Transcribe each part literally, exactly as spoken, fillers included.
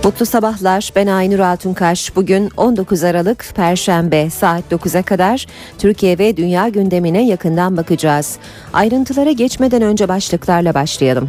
Mutlu sabahlar, ben Aynur Altunkaş. Bugün on dokuz Aralık Perşembe, saat dokuza kadar Türkiye ve dünya gündemine yakından bakacağız. Ayrıntılara geçmeden önce başlıklarla başlayalım.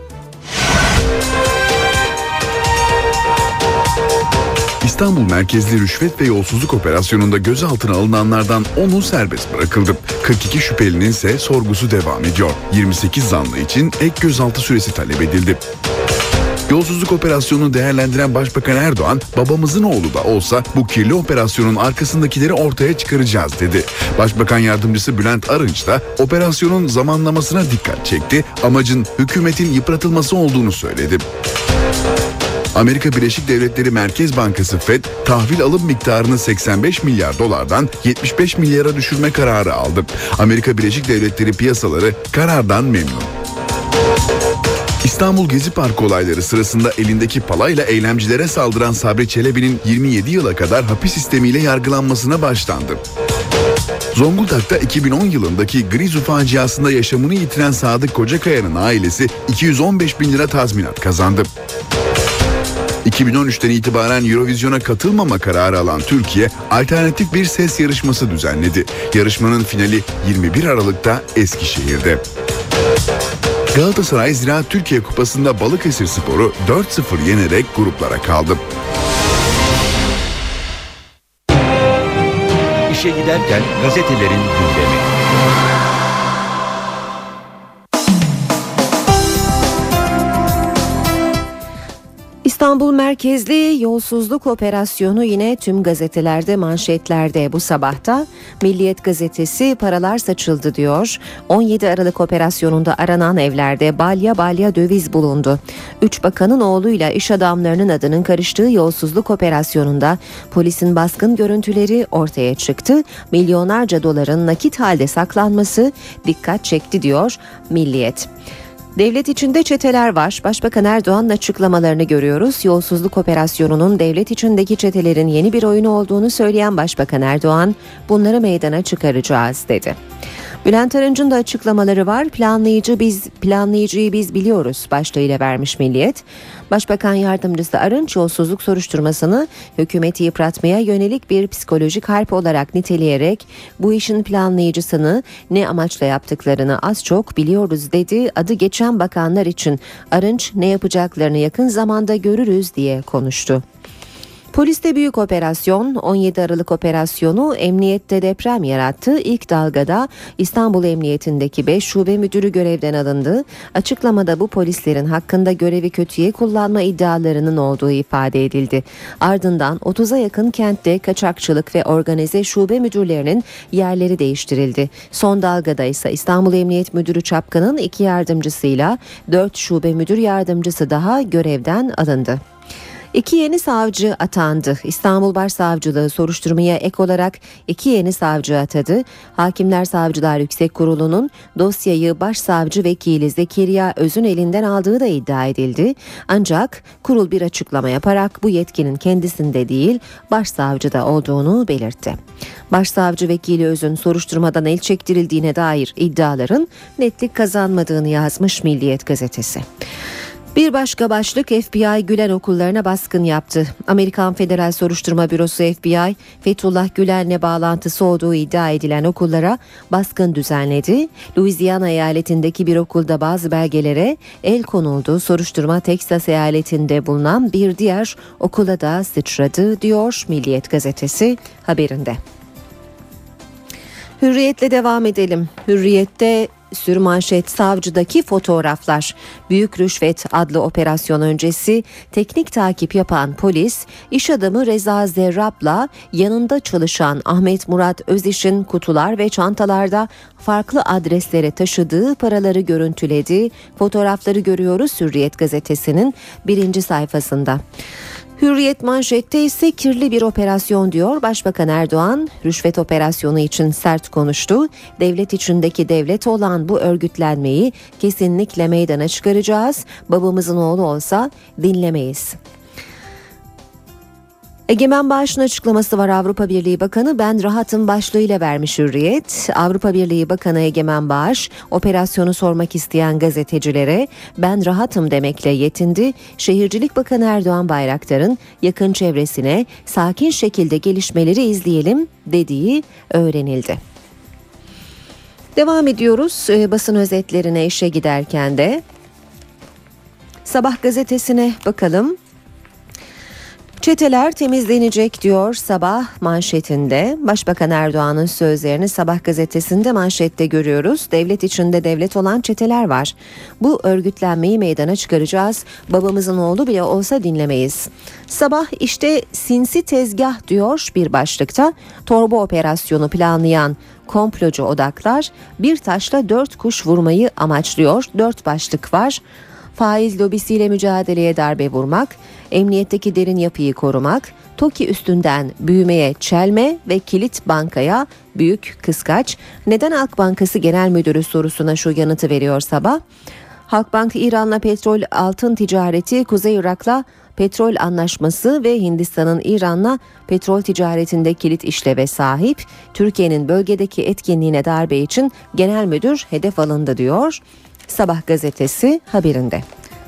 İstanbul merkezli rüşvet ve yolsuzluk operasyonunda gözaltına alınanlardan onu serbest bırakıldı. kırk iki şüphelinin ise sorgusu devam ediyor. yirmi sekiz zanlı için ek gözaltı süresi talep edildi. Yolsuzluk operasyonunu değerlendiren Başbakan Erdoğan, babamızın oğlu da olsa bu kirli operasyonun arkasındakileri ortaya çıkaracağız dedi. Başbakan Yardımcısı Bülent Arınç da operasyonun zamanlamasına dikkat çekti, amacın hükümetin yıpratılması olduğunu söyledi. Amerika Birleşik Devletleri Merkez Bankası Fed, tahvil alım miktarını seksen beş milyar dolardan yetmiş beş milyara düşürme kararı aldı. Amerika Birleşik Devletleri piyasaları karardan memnun. İstanbul Gezi Parkı olayları sırasında elindeki palayla eylemcilere saldıran Sabri Çelebi'nin yirmi yedi yıla kadar hapis sistemiyle yargılanmasına başlandı. Zonguldak'ta iki bin on yılındaki Grizu faciasında yaşamını yitiren Sadık Kocakaya'nın ailesi iki yüz on beş bin lira tazminat kazandı. iki bin on üçten itibaren Eurovision'a katılmama kararı alan Türkiye, alternatif bir ses yarışması düzenledi. Yarışmanın finali yirmi bir Aralık'ta Eskişehir'de. Galatasaray Ziraat Türkiye Kupası'nda Balıkesirspor'u dört sıfır yenerek gruplara kaldı. İşe giderken gazetelerin gündemi. İstanbul merkezli yolsuzluk operasyonu yine tüm gazetelerde manşetlerde bu sabahta. Milliyet gazetesi paralar saçıldı diyor. on yedi Aralık operasyonunda aranan evlerde balya balya döviz bulundu. Üç bakanın oğluyla iş adamlarının adının karıştığı yolsuzluk operasyonunda polisin baskın görüntüleri ortaya çıktı. Milyonlarca doların nakit halde saklanması dikkat çekti diyor Milliyet. Devlet içinde çeteler var. Başbakan Erdoğan'ın açıklamalarını görüyoruz. Yolsuzluk operasyonunun devlet içindeki çetelerin yeni bir oyunu olduğunu söyleyen Başbakan Erdoğan, bunları meydana çıkaracağız dedi. Bülent Arınç'ın da açıklamaları var. Planlayıcı biz, planlayıcıyı biz biliyoruz başlığıyla vermiş Milliyet. Başbakan Yardımcısı Arınç, yolsuzluk soruşturmasını hükümeti yıpratmaya yönelik bir psikolojik harp olarak niteleyerek bu işin planlayıcısını ne amaçla yaptıklarını az çok biliyoruz dedi. Adı geçen bakanlar için Arınç ne yapacaklarını yakın zamanda görürüz diye konuştu. Poliste büyük operasyon, on yedi Aralık operasyonu emniyette deprem yarattı. İlk dalgada İstanbul Emniyetindeki beş şube müdürü görevden alındı. Açıklamada bu polislerin hakkında görevi kötüye kullanma iddialarının olduğu ifade edildi. Ardından otuza yakın kentte kaçakçılık ve organize şube müdürlerinin yerleri değiştirildi. Son dalgada ise İstanbul Emniyet Müdürü Çapkan'ın iki yardımcısıyla dört şube müdür yardımcısı daha görevden alındı. İki yeni savcı atandı. İstanbul Başsavcılığı soruşturmaya ek olarak iki yeni savcı atadı. Hakimler Savcılar Yüksek Kurulu'nun dosyayı Başsavcı Vekili Zekeriya Öz'ün elinden aldığı da iddia edildi. Ancak kurul bir açıklama yaparak bu yetkinin kendisinde değil, Başsavcıda olduğunu belirtti. Başsavcı Vekili Öz'ün soruşturmadan el çektirildiğine dair iddiaların netlik kazanmadığını yazmış Milliyet gazetesi. Bir başka başlık, F B I Gülen okullarına baskın yaptı. Amerikan Federal Soruşturma Bürosu F B I, Fethullah Gülen'le bağlantısı olduğu iddia edilen okullara baskın düzenledi. Louisiana eyaletindeki bir okulda bazı belgelere el konuldu. Soruşturma Teksas eyaletinde bulunan bir diğer okula da sıçradı diyor Milliyet gazetesi haberinde. Hürriyetle devam edelim. Hürriyette sürmanşet savcıdaki fotoğraflar. Büyük Rüşvet adlı operasyon öncesi teknik takip yapan polis, iş adamı Reza Zerrab'la yanında çalışan Ahmet Murat Öziş'in kutular ve çantalarda farklı adreslere taşıdığı paraları görüntüledi. Fotoğrafları görüyoruz Hürriyet gazetesinin birinci sayfasında. Hürriyet manşette ise kirli bir operasyon diyor. Başbakan Erdoğan rüşvet operasyonu için sert konuştu. Devlet içindeki devlet olan bu örgütlenmeyi kesinlikle meydana çıkaracağız. Babamızın oğlu olsa dinlemeyiz. Egemen Bağış'ın açıklaması var. Avrupa Birliği Bakanı ben rahatım başlığıyla vermiş Hürriyet. Avrupa Birliği Bakanı Egemen Bağış operasyonu sormak isteyen gazetecilere ben rahatım demekle yetindi. Şehircilik Bakanı Erdoğan Bayraktar'ın yakın çevresine sakin şekilde gelişmeleri izleyelim dediği öğrenildi. Devam ediyoruz e, basın özetlerine işe giderken de. Sabah gazetesine bakalım. Çeteler temizlenecek diyor Sabah manşetinde. Başbakan Erdoğan'ın sözlerini Sabah gazetesinde manşette görüyoruz. Devlet içinde devlet olan çeteler var. Bu örgütlenmeyi meydana çıkaracağız. Babamızın oğlu bile olsa dinlemeyiz. Sabah işte sinsi tezgah diyor bir başlıkta. Torba operasyonu planlayan komplocu odaklar bir taşla dört kuş vurmayı amaçlıyor. Dört başlık var. Faiz lobisiyle mücadeleye darbe vurmak, emniyetteki derin yapıyı korumak, TOKİ üstünden büyümeye çelme ve kilit bankaya büyük kıskaç. Neden Halk Bankası Genel Müdürü sorusuna şu yanıtı veriyor Sabah. Halkbank İran'la petrol altın ticareti, Kuzey Irak'la petrol anlaşması ve Hindistan'ın İran'la petrol ticaretinde kilit işleve sahip. Türkiye'nin bölgedeki etkinliğine darbe için genel müdür hedef alındı diyor Sabah gazetesi haberinde.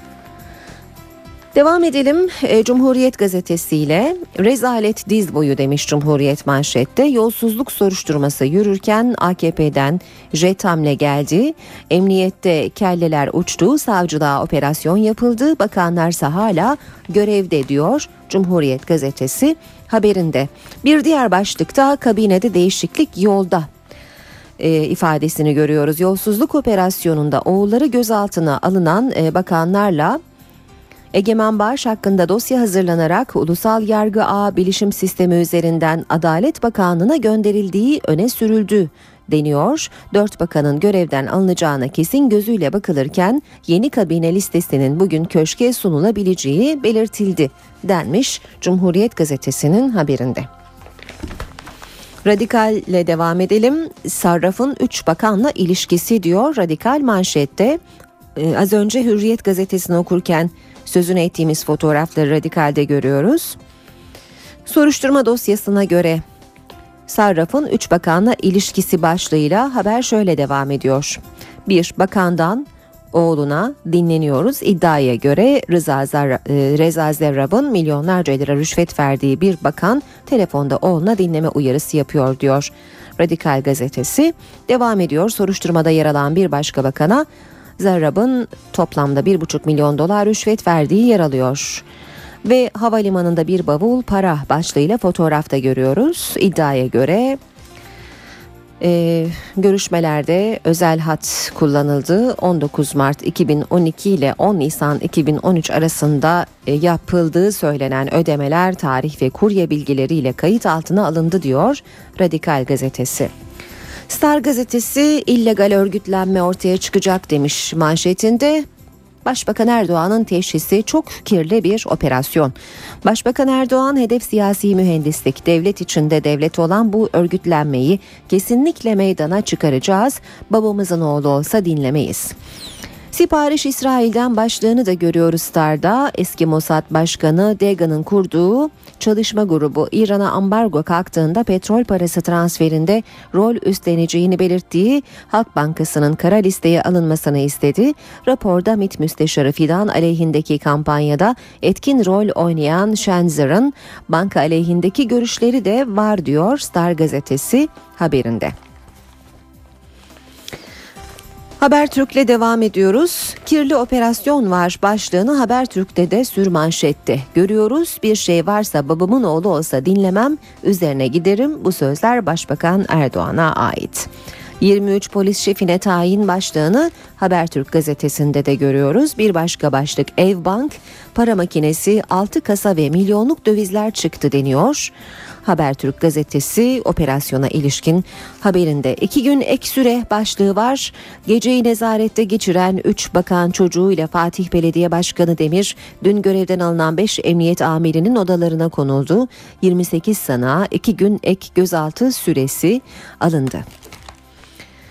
Devam edelim e, Cumhuriyet gazetesiyle. Rezalet diz boyu demiş Cumhuriyet manşette. Yolsuzluk soruşturması yürürken A K P'den jet hamle geldi. Emniyette kelleler uçtu, savcılığa operasyon yapıldı. Bakanlarsa hala görevde diyor Cumhuriyet gazetesi haberinde. Bir diğer başlıkta kabinede değişiklik yolda E, ifadesini görüyoruz. Yolsuzluk operasyonunda oğulları gözaltına alınan e, bakanlarla Egemen Bağış hakkında dosya hazırlanarak Ulusal Yargı Ağı Bilişim Sistemi üzerinden Adalet Bakanlığı'na gönderildiği öne sürüldü deniyor. Dört bakanın görevden alınacağına kesin gözüyle bakılırken yeni kabine listesinin bugün köşke sunulabileceği belirtildi denmiş Cumhuriyet gazetesinin haberinde. Radikalle devam edelim. Sarraf'ın üç bakanla ilişkisi diyor Radikal manşette. Ee, az önce Hürriyet gazetesini okurken sözünü ettiğimiz fotoğrafları Radikal'de görüyoruz. Soruşturma dosyasına göre Sarraf'ın üç bakanla ilişkisi başlığıyla haber şöyle devam ediyor. Bir bakandan oğluna dinleniyoruz. İddiaya göre Rıza, Zerra, Reza Zerrab'ın milyonlarca lira rüşvet verdiği bir bakan telefonda oğluna dinleme uyarısı yapıyor diyor Radikal gazetesi. Devam ediyor. Soruşturmada yer alan bir başka bakana Zerrab'ın toplamda bir buçuk milyon dolar rüşvet verdiği yer alıyor. Ve havalimanında bir bavul para başlığıyla fotoğrafta görüyoruz. İddiaya göre e, görüşmelerde özel hat kullanıldı. on dokuz Mart iki bin on iki ile on Nisan iki bin on üç arasında e, yapıldığı söylenen ödemeler tarih ve kurye bilgileriyle kayıt altına alındı diyor Radikal gazetesi. Star gazetesi illegal örgütlenme ortaya çıkacak demiş manşetinde. Başbakan Erdoğan'ın teşhisi çok kirli bir operasyon. Başbakan Erdoğan hedef siyasi mühendislik, devlet içinde devlet olan bu örgütlenmeyi kesinlikle meydana çıkaracağız. Babamızın oğlu olsa dinlemeyiz. Sipariş İsrail'den başlığını da görüyoruz Star'da. Eski Mossad Başkanı Dagan'ın kurduğu çalışma grubu İran'a ambargo kalktığında petrol parası transferinde rol üstleneceğini belirttiği Halk Bankası'nın kara listeye alınmasını istedi. Raporda MİT Müsteşarı Fidan aleyhindeki kampanyada etkin rol oynayan Schenzer'ın banka aleyhindeki görüşleri de var diyor Star gazetesi haberinde. Habertürk'le devam ediyoruz. Kirli operasyon var başlığını Habertürk'te de sürmanşette görüyoruz. Bir şey varsa babamın oğlu olsa dinlemem, üzerine giderim. Bu sözler Başbakan Erdoğan'a ait. yirmi üç polis şefine tayin başlığını Habertürk gazetesinde de görüyoruz. Bir başka başlık Evbank, para makinesi, altı kasa ve milyonluk dövizler çıktı deniyor. Habertürk gazetesi operasyona ilişkin haberinde iki gün ek süre başlığı var. Geceyi nezarette geçiren üç bakan çocuğuyla Fatih Belediye Başkanı Demir dün görevden alınan beş emniyet amirinin odalarına konuldu. yirmi sekiz sanığa iki gün ek gözaltı süresi alındı.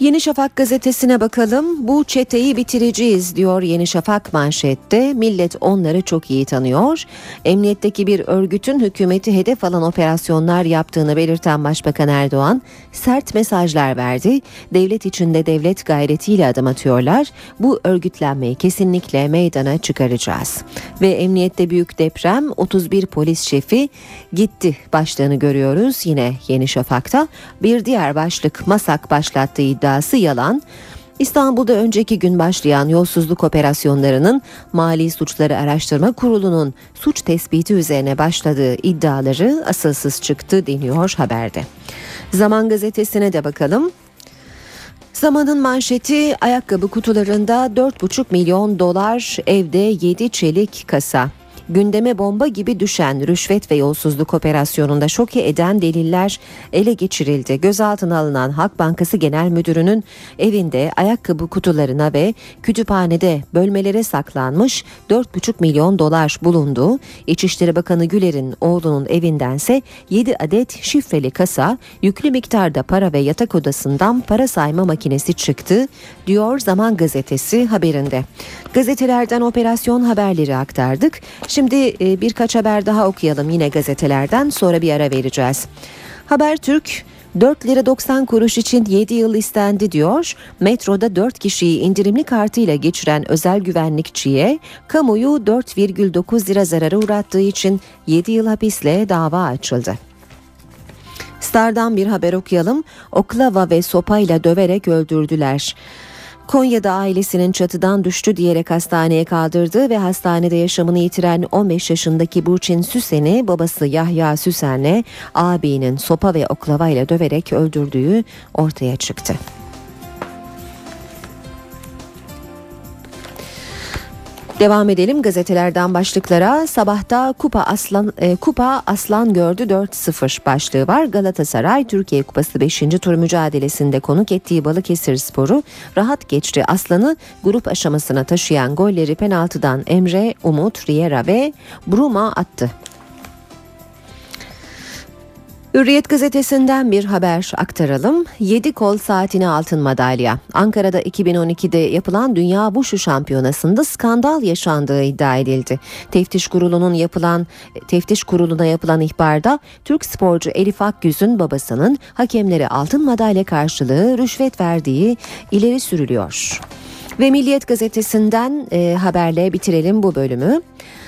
Yeni Şafak gazetesine bakalım. Bu çeteyi bitireceğiz diyor Yeni Şafak manşette. Millet onları çok iyi tanıyor. Emniyetteki bir örgütün hükümeti hedef alan operasyonlar yaptığını belirten Başbakan Erdoğan sert mesajlar verdi. Devlet içinde devlet gayretiyle adım atıyorlar. Bu örgütlenmeyi kesinlikle meydana çıkaracağız. Ve emniyette büyük deprem, otuz bir polis şefi gitti başlığını görüyoruz yine Yeni Şafak'ta. Bir diğer başlık MASAK başlattığı iddia yalan. İstanbul'da önceki gün başlayan yolsuzluk operasyonlarının Mali Suçları Araştırma Kurulu'nun suç tespiti üzerine başladığı iddiaları asılsız çıktı deniyor haberde. Zaman gazetesine de bakalım. Zamanın manşeti ayakkabı kutularında dört buçuk milyon dolar, evde yedi çelik kasa. Gündeme bomba gibi düşen rüşvet ve yolsuzluk operasyonunda şoke eden deliller ele geçirildi. Gözaltına alınan Halk Bankası Genel Müdürü'nün evinde ayakkabı kutularına ve kütüphanede bölmelere saklanmış dört buçuk milyon dolar bulundu. İçişleri Bakanı Güler'in oğlunun evindense yedi adet şifreli kasa, yüklü miktarda para ve yatak odasından para sayma makinesi çıktı, diyor Zaman Gazetesi haberinde. Gazetelerden operasyon haberleri aktardık. Şimdi e, birkaç haber daha okuyalım yine gazetelerden, sonra bir ara vereceğiz. Habertürk dört lira doksan kuruş için yedi yıl istendi diyor. Metroda dört kişiyi indirimli kartıyla geçiren özel güvenlikçiye kamuyu dört virgül dokuz lira zarara uğrattığı için yedi yıl hapisle dava açıldı. Star'dan bir haber okuyalım. Oklava ve sopayla döverek öldürdüler. Konya'da ailesinin çatıdan düştü diyerek hastaneye kaldırdı ve hastanede yaşamını yitiren on beş yaşındaki Burçin Süsen'i babası Yahya Süsen'le ağabeyinin sopa ve oklavayla döverek öldürdüğü ortaya çıktı. Devam edelim gazetelerden başlıklara. Sabahta Kupa Aslan e, Kupa Aslan gördü dört sıfır başlığı var. Galatasaray Türkiye Kupası beşinci tur mücadelesinde konuk ettiği Balıkesirspor'u rahat geçti. Aslan'ı grup aşamasına taşıyan golleri penaltıdan Emre, Umut, Riera ve Bruma attı. Hürriyet gazetesinden bir haber aktaralım. yedi kol saatine altın madalya. Ankara'da iki bin on ikide yapılan Dünya Wushu Şampiyonası'nda skandal yaşandığı iddia edildi. Teftiş kurulunun yapılan teftiş kuruluna yapılan ihbarda Türk sporcu Elif Akgüz'ün babasının hakemlere altın madalya karşılığı rüşvet verdiği ileri sürülüyor. Ve Milliyet gazetesinden e, haberle bitirelim bu bölümü.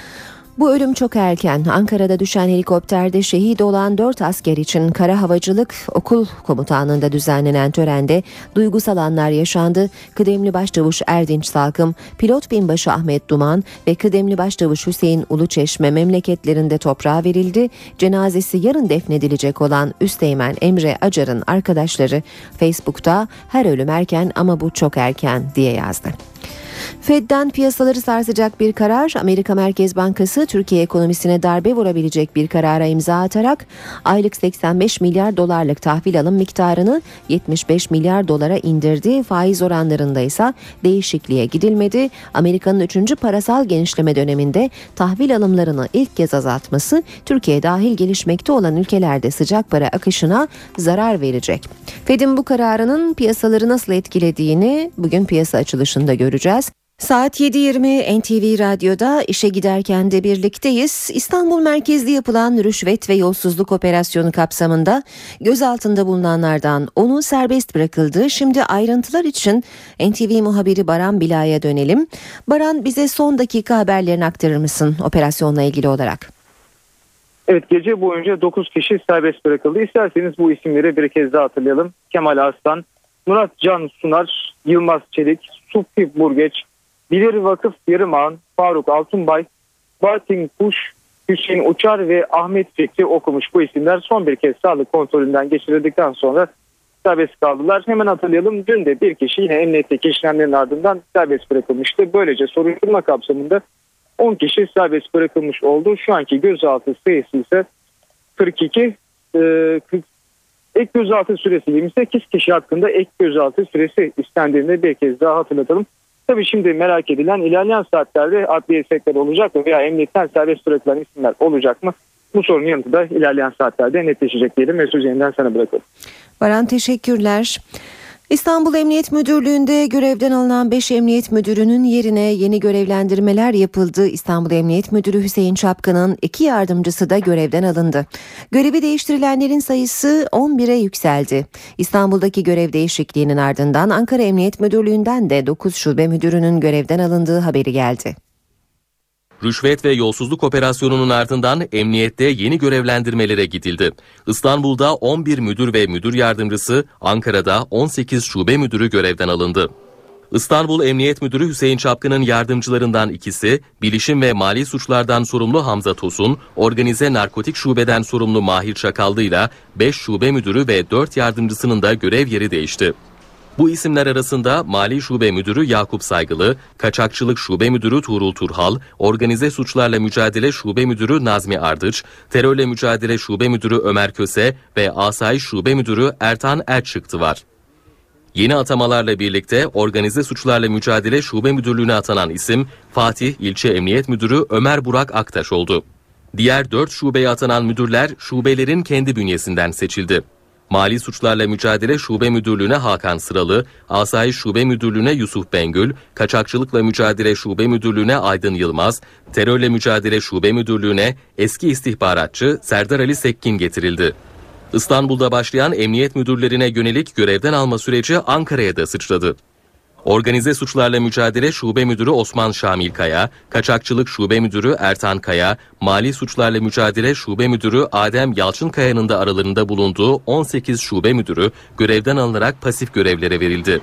Bu ölüm çok erken. Ankara'da düşen helikopterde şehit olan dört asker için Kara Havacılık Okul Komutanlığı'nda düzenlenen törende duygusal anlar yaşandı. Kıdemli Başçavuş Erdinç Salkım, Pilot Binbaşı Ahmet Duman ve Kıdemli Başçavuş Hüseyin Uluçeşme memleketlerinde toprağa verildi. Cenazesi yarın defnedilecek olan Üsteğmen Emre Acar'ın arkadaşları Facebook'ta "Her ölüm erken ama bu çok erken" diye yazdı. Fed'den piyasaları sarsacak bir karar. Amerika Merkez Bankası Türkiye ekonomisine darbe vurabilecek bir karara imza atarak aylık seksen beş milyar dolarlık tahvil alım miktarını yetmiş beş milyar dolara indirdi. Faiz oranlarında ise değişikliğe gidilmedi. Amerika'nın üçüncü parasal genişleme döneminde tahvil alımlarını ilk kez azaltması Türkiye dahil gelişmekte olan ülkelerde sıcak para akışına zarar verecek. Fed'in bu kararının piyasaları nasıl etkilediğini bugün piyasa açılışında göreceğiz. Saat yedi yirmi N T V Radyo'da işe giderken de birlikteyiz. İstanbul merkezli yapılan rüşvet ve yolsuzluk operasyonu kapsamında gözaltında bulunanlardan onu serbest bırakıldı. Şimdi ayrıntılar için N T V muhabiri Baran Bila'ya dönelim. Baran, bize son dakika haberlerini aktarır mısın operasyonla ilgili olarak? Evet, gece boyunca dokuz kişi serbest bırakıldı. İsterseniz bu isimleri bir kez daha hatırlayalım. Kemal Arslan, Murat Can Sunar, Yılmaz Çelik, Sufi Burgeç, Bilir Vakıf Yarımağan, Faruk Altunbay, Bahattin Kuş, Hüseyin Uçar ve Ahmet Fikri Okumuş. Bu isimler son bir kez sağlık kontrolünden geçirildikten sonra serbest kaldılar. Hemen hatırlayalım, dün de bir kişi yine emniyetteki işlemlerin ardından serbest bırakılmıştı. Böylece soruşturma kapsamında on kişi serbest bırakılmış oldu. Şu anki gözaltı sayısı ise kırk iki. Ee, ek gözaltı süresi yirmi sekiz kişi hakkında ek gözaltı süresi istendiğini bir kez daha hatırlatalım. Tabii şimdi merak edilen, ilerleyen saatlerde adliye sevkleri olacak mı veya emniyetten serbest bırakılan isimler olacak mı? Bu sorunun yanıtı da ilerleyen saatlerde netleşecek diyelim ve sözü yeniden sana bırakalım. Baran, teşekkürler. İstanbul Emniyet Müdürlüğü'nde görevden alınan beş emniyet müdürünün yerine yeni görevlendirmeler yapıldı. İstanbul Emniyet Müdürü Hüseyin Çapkın'ın iki yardımcısı da görevden alındı. Görevi değiştirilenlerin sayısı on bire yükseldi. İstanbul'daki görev değişikliğinin ardından Ankara Emniyet Müdürlüğü'nden de dokuz şube müdürünün görevden alındığı haberi geldi. Rüşvet ve yolsuzluk operasyonunun ardından emniyette yeni görevlendirmelere gidildi. İstanbul'da on bir müdür ve müdür yardımcısı, Ankara'da on sekiz şube müdürü görevden alındı. İstanbul Emniyet Müdürü Hüseyin Çapkın'ın yardımcılarından ikisi, bilişim ve mali suçlardan sorumlu Hamza Tosun, organize narkotik şubeden sorumlu Mahir Çakallı ile beş şube müdürü ve dört yardımcısının da görev yeri değişti. Bu isimler arasında Mali Şube Müdürü Yakup Saygılı, Kaçakçılık Şube Müdürü Tuğrul Turhal, Organize Suçlarla Mücadele Şube Müdürü Nazmi Ardıç, Terörle Mücadele Şube Müdürü Ömer Köse ve Asayiş Şube Müdürü Ertan Erçıktı var. Yeni atamalarla birlikte Organize Suçlarla Mücadele Şube Müdürlüğü'ne atanan isim Fatih İlçe Emniyet Müdürü Ömer Burak Aktaş oldu. Diğer dört şubeye atanan müdürler şubelerin kendi bünyesinden seçildi. Mali Suçlarla Mücadele Şube Müdürlüğü'ne Hakan Sıralı, Asayiş Şube Müdürlüğü'ne Yusuf Bengül, Kaçakçılıkla Mücadele Şube Müdürlüğü'ne Aydın Yılmaz, Terörle Mücadele Şube Müdürlüğü'ne eski istihbaratçı Serdar Ali Sekkin getirildi. İstanbul'da başlayan emniyet müdürlerine yönelik görevden alma süreci Ankara'ya da sıçradı. Organize Suçlarla Mücadele Şube Müdürü Osman Şamil Kaya, Kaçakçılık Şube Müdürü Ertan Kaya, Mali Suçlarla Mücadele Şube Müdürü Adem Yalçınkaya'nın da aralarında bulunduğu on sekiz şube müdürü görevden alınarak pasif görevlere verildi.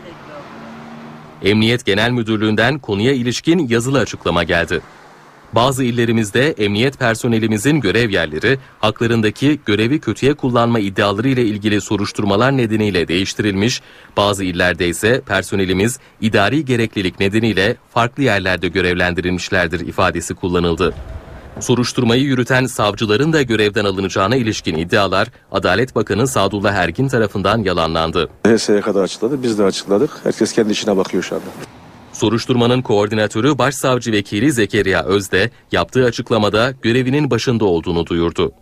Emniyet Genel Müdürlüğü'nden konuya ilişkin yazılı açıklama geldi. Bazı illerimizde emniyet personelimizin görev yerleri, haklarındaki görevi kötüye kullanma iddiaları ile ilgili soruşturmalar nedeniyle değiştirilmiş, bazı illerde ise personelimiz idari gereklilik nedeniyle farklı yerlerde görevlendirilmişlerdir ifadesi kullanıldı. Soruşturmayı yürüten savcıların da görevden alınacağına ilişkin iddialar Adalet Bakanı Sadullah Ergin tarafından yalanlandı. H S'ye kadar açıkladı, biz de açıkladık. Herkes kendi işine bakıyor şu anda. Soruşturmanın koordinatörü Başsavcı Vekili Zekeriya Özde yaptığı açıklamada görevinin başında olduğunu duyurdu.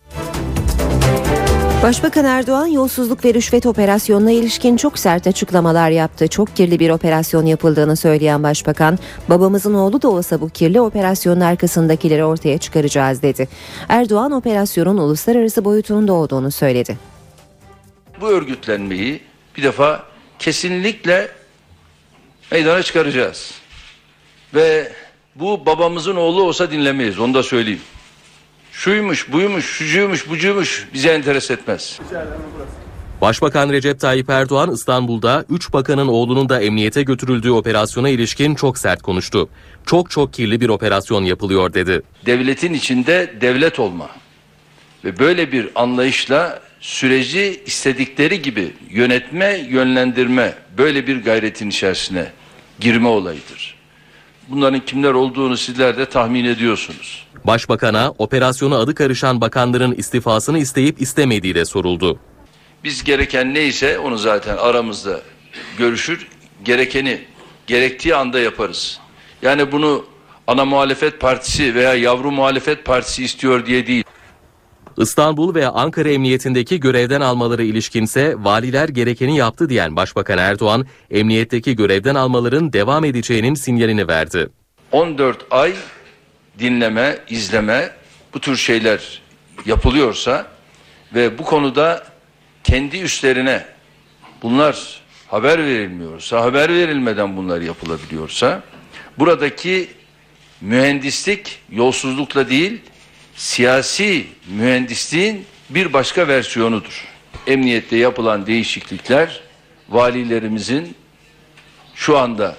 Başbakan Erdoğan yolsuzluk ve rüşvet operasyonuna ilişkin çok sert açıklamalar yaptı. Çok kirli bir operasyon yapıldığını söyleyen Başbakan, babamızın oğlu da olsa bu kirli operasyonun arkasındakileri ortaya çıkaracağız dedi. Erdoğan operasyonun uluslararası boyutunun da olduğunu söyledi. Bu örgütlenmeyi bir defa kesinlikle meydana çıkaracağız. Ve bu babamızın oğlu olsa dinlemeyiz, onu da söyleyeyim. Şuymuş, buymuş, şucuymuş, bucuymuş bize enteres etmez. Başbakan Recep Tayyip Erdoğan İstanbul'da üç bakanın oğlunun da emniyete götürüldüğü operasyona ilişkin çok sert konuştu. Çok çok kirli bir operasyon yapılıyor dedi. Devletin içinde devlet olma ve böyle bir anlayışla süreci istedikleri gibi yönetme, yönlendirme, böyle bir gayretin içerisine girme olayıdır. Bunların kimler olduğunu sizler de tahmin ediyorsunuz. Başbakan'a operasyona adı karışan bakanların istifasını isteyip istemediği de soruldu. Biz gereken neyse onu zaten aramızda görüşür, gerekeni gerektiği anda yaparız. Yani bunu ana muhalefet partisi veya yavru muhalefet partisi istiyor diye değil. İstanbul ve Ankara Emniyetindeki görevden almaları ilişkinse valiler gerekeni yaptı diyen Başbakan Erdoğan, emniyetteki görevden almaların devam edeceğinin sinyalini verdi. on dört ay dinleme, izleme, bu tür şeyler yapılıyorsa ve bu konuda kendi üstlerine bunlar haber verilmiyorsa, haber verilmeden bunlar yapılabiliyorsa, buradaki mühendislik yolsuzlukla değil, siyasi mühendisliğin bir başka versiyonudur. Emniyette yapılan değişiklikler valilerimizin şu anda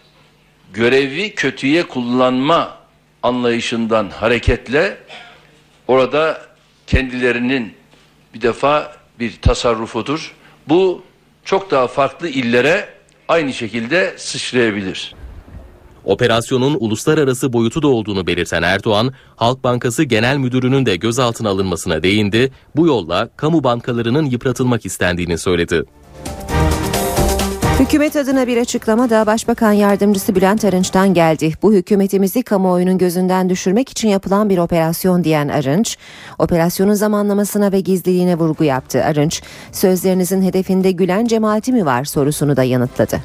görevi kötüye kullanma anlayışından hareketle orada kendilerinin bir defa bir tasarrufudur. Bu çok daha farklı illere aynı şekilde sıçrayabilir. Operasyonun uluslararası boyutu da olduğunu belirten Erdoğan, Halk Bankası Genel Müdürü'nün de gözaltına alınmasına değindi. Bu yolla kamu bankalarının yıpratılmak istendiğini söyledi. Hükümet adına bir açıklama da Başbakan Yardımcısı Bülent Arınç'tan geldi. Bu hükümetimizi kamuoyunun gözünden düşürmek için yapılan bir operasyon diyen Arınç, operasyonun zamanlamasına ve gizliliğine vurgu yaptı. Arınç, sözlerinizin hedefinde Gülen cemaati mi var sorusunu da yanıtladı.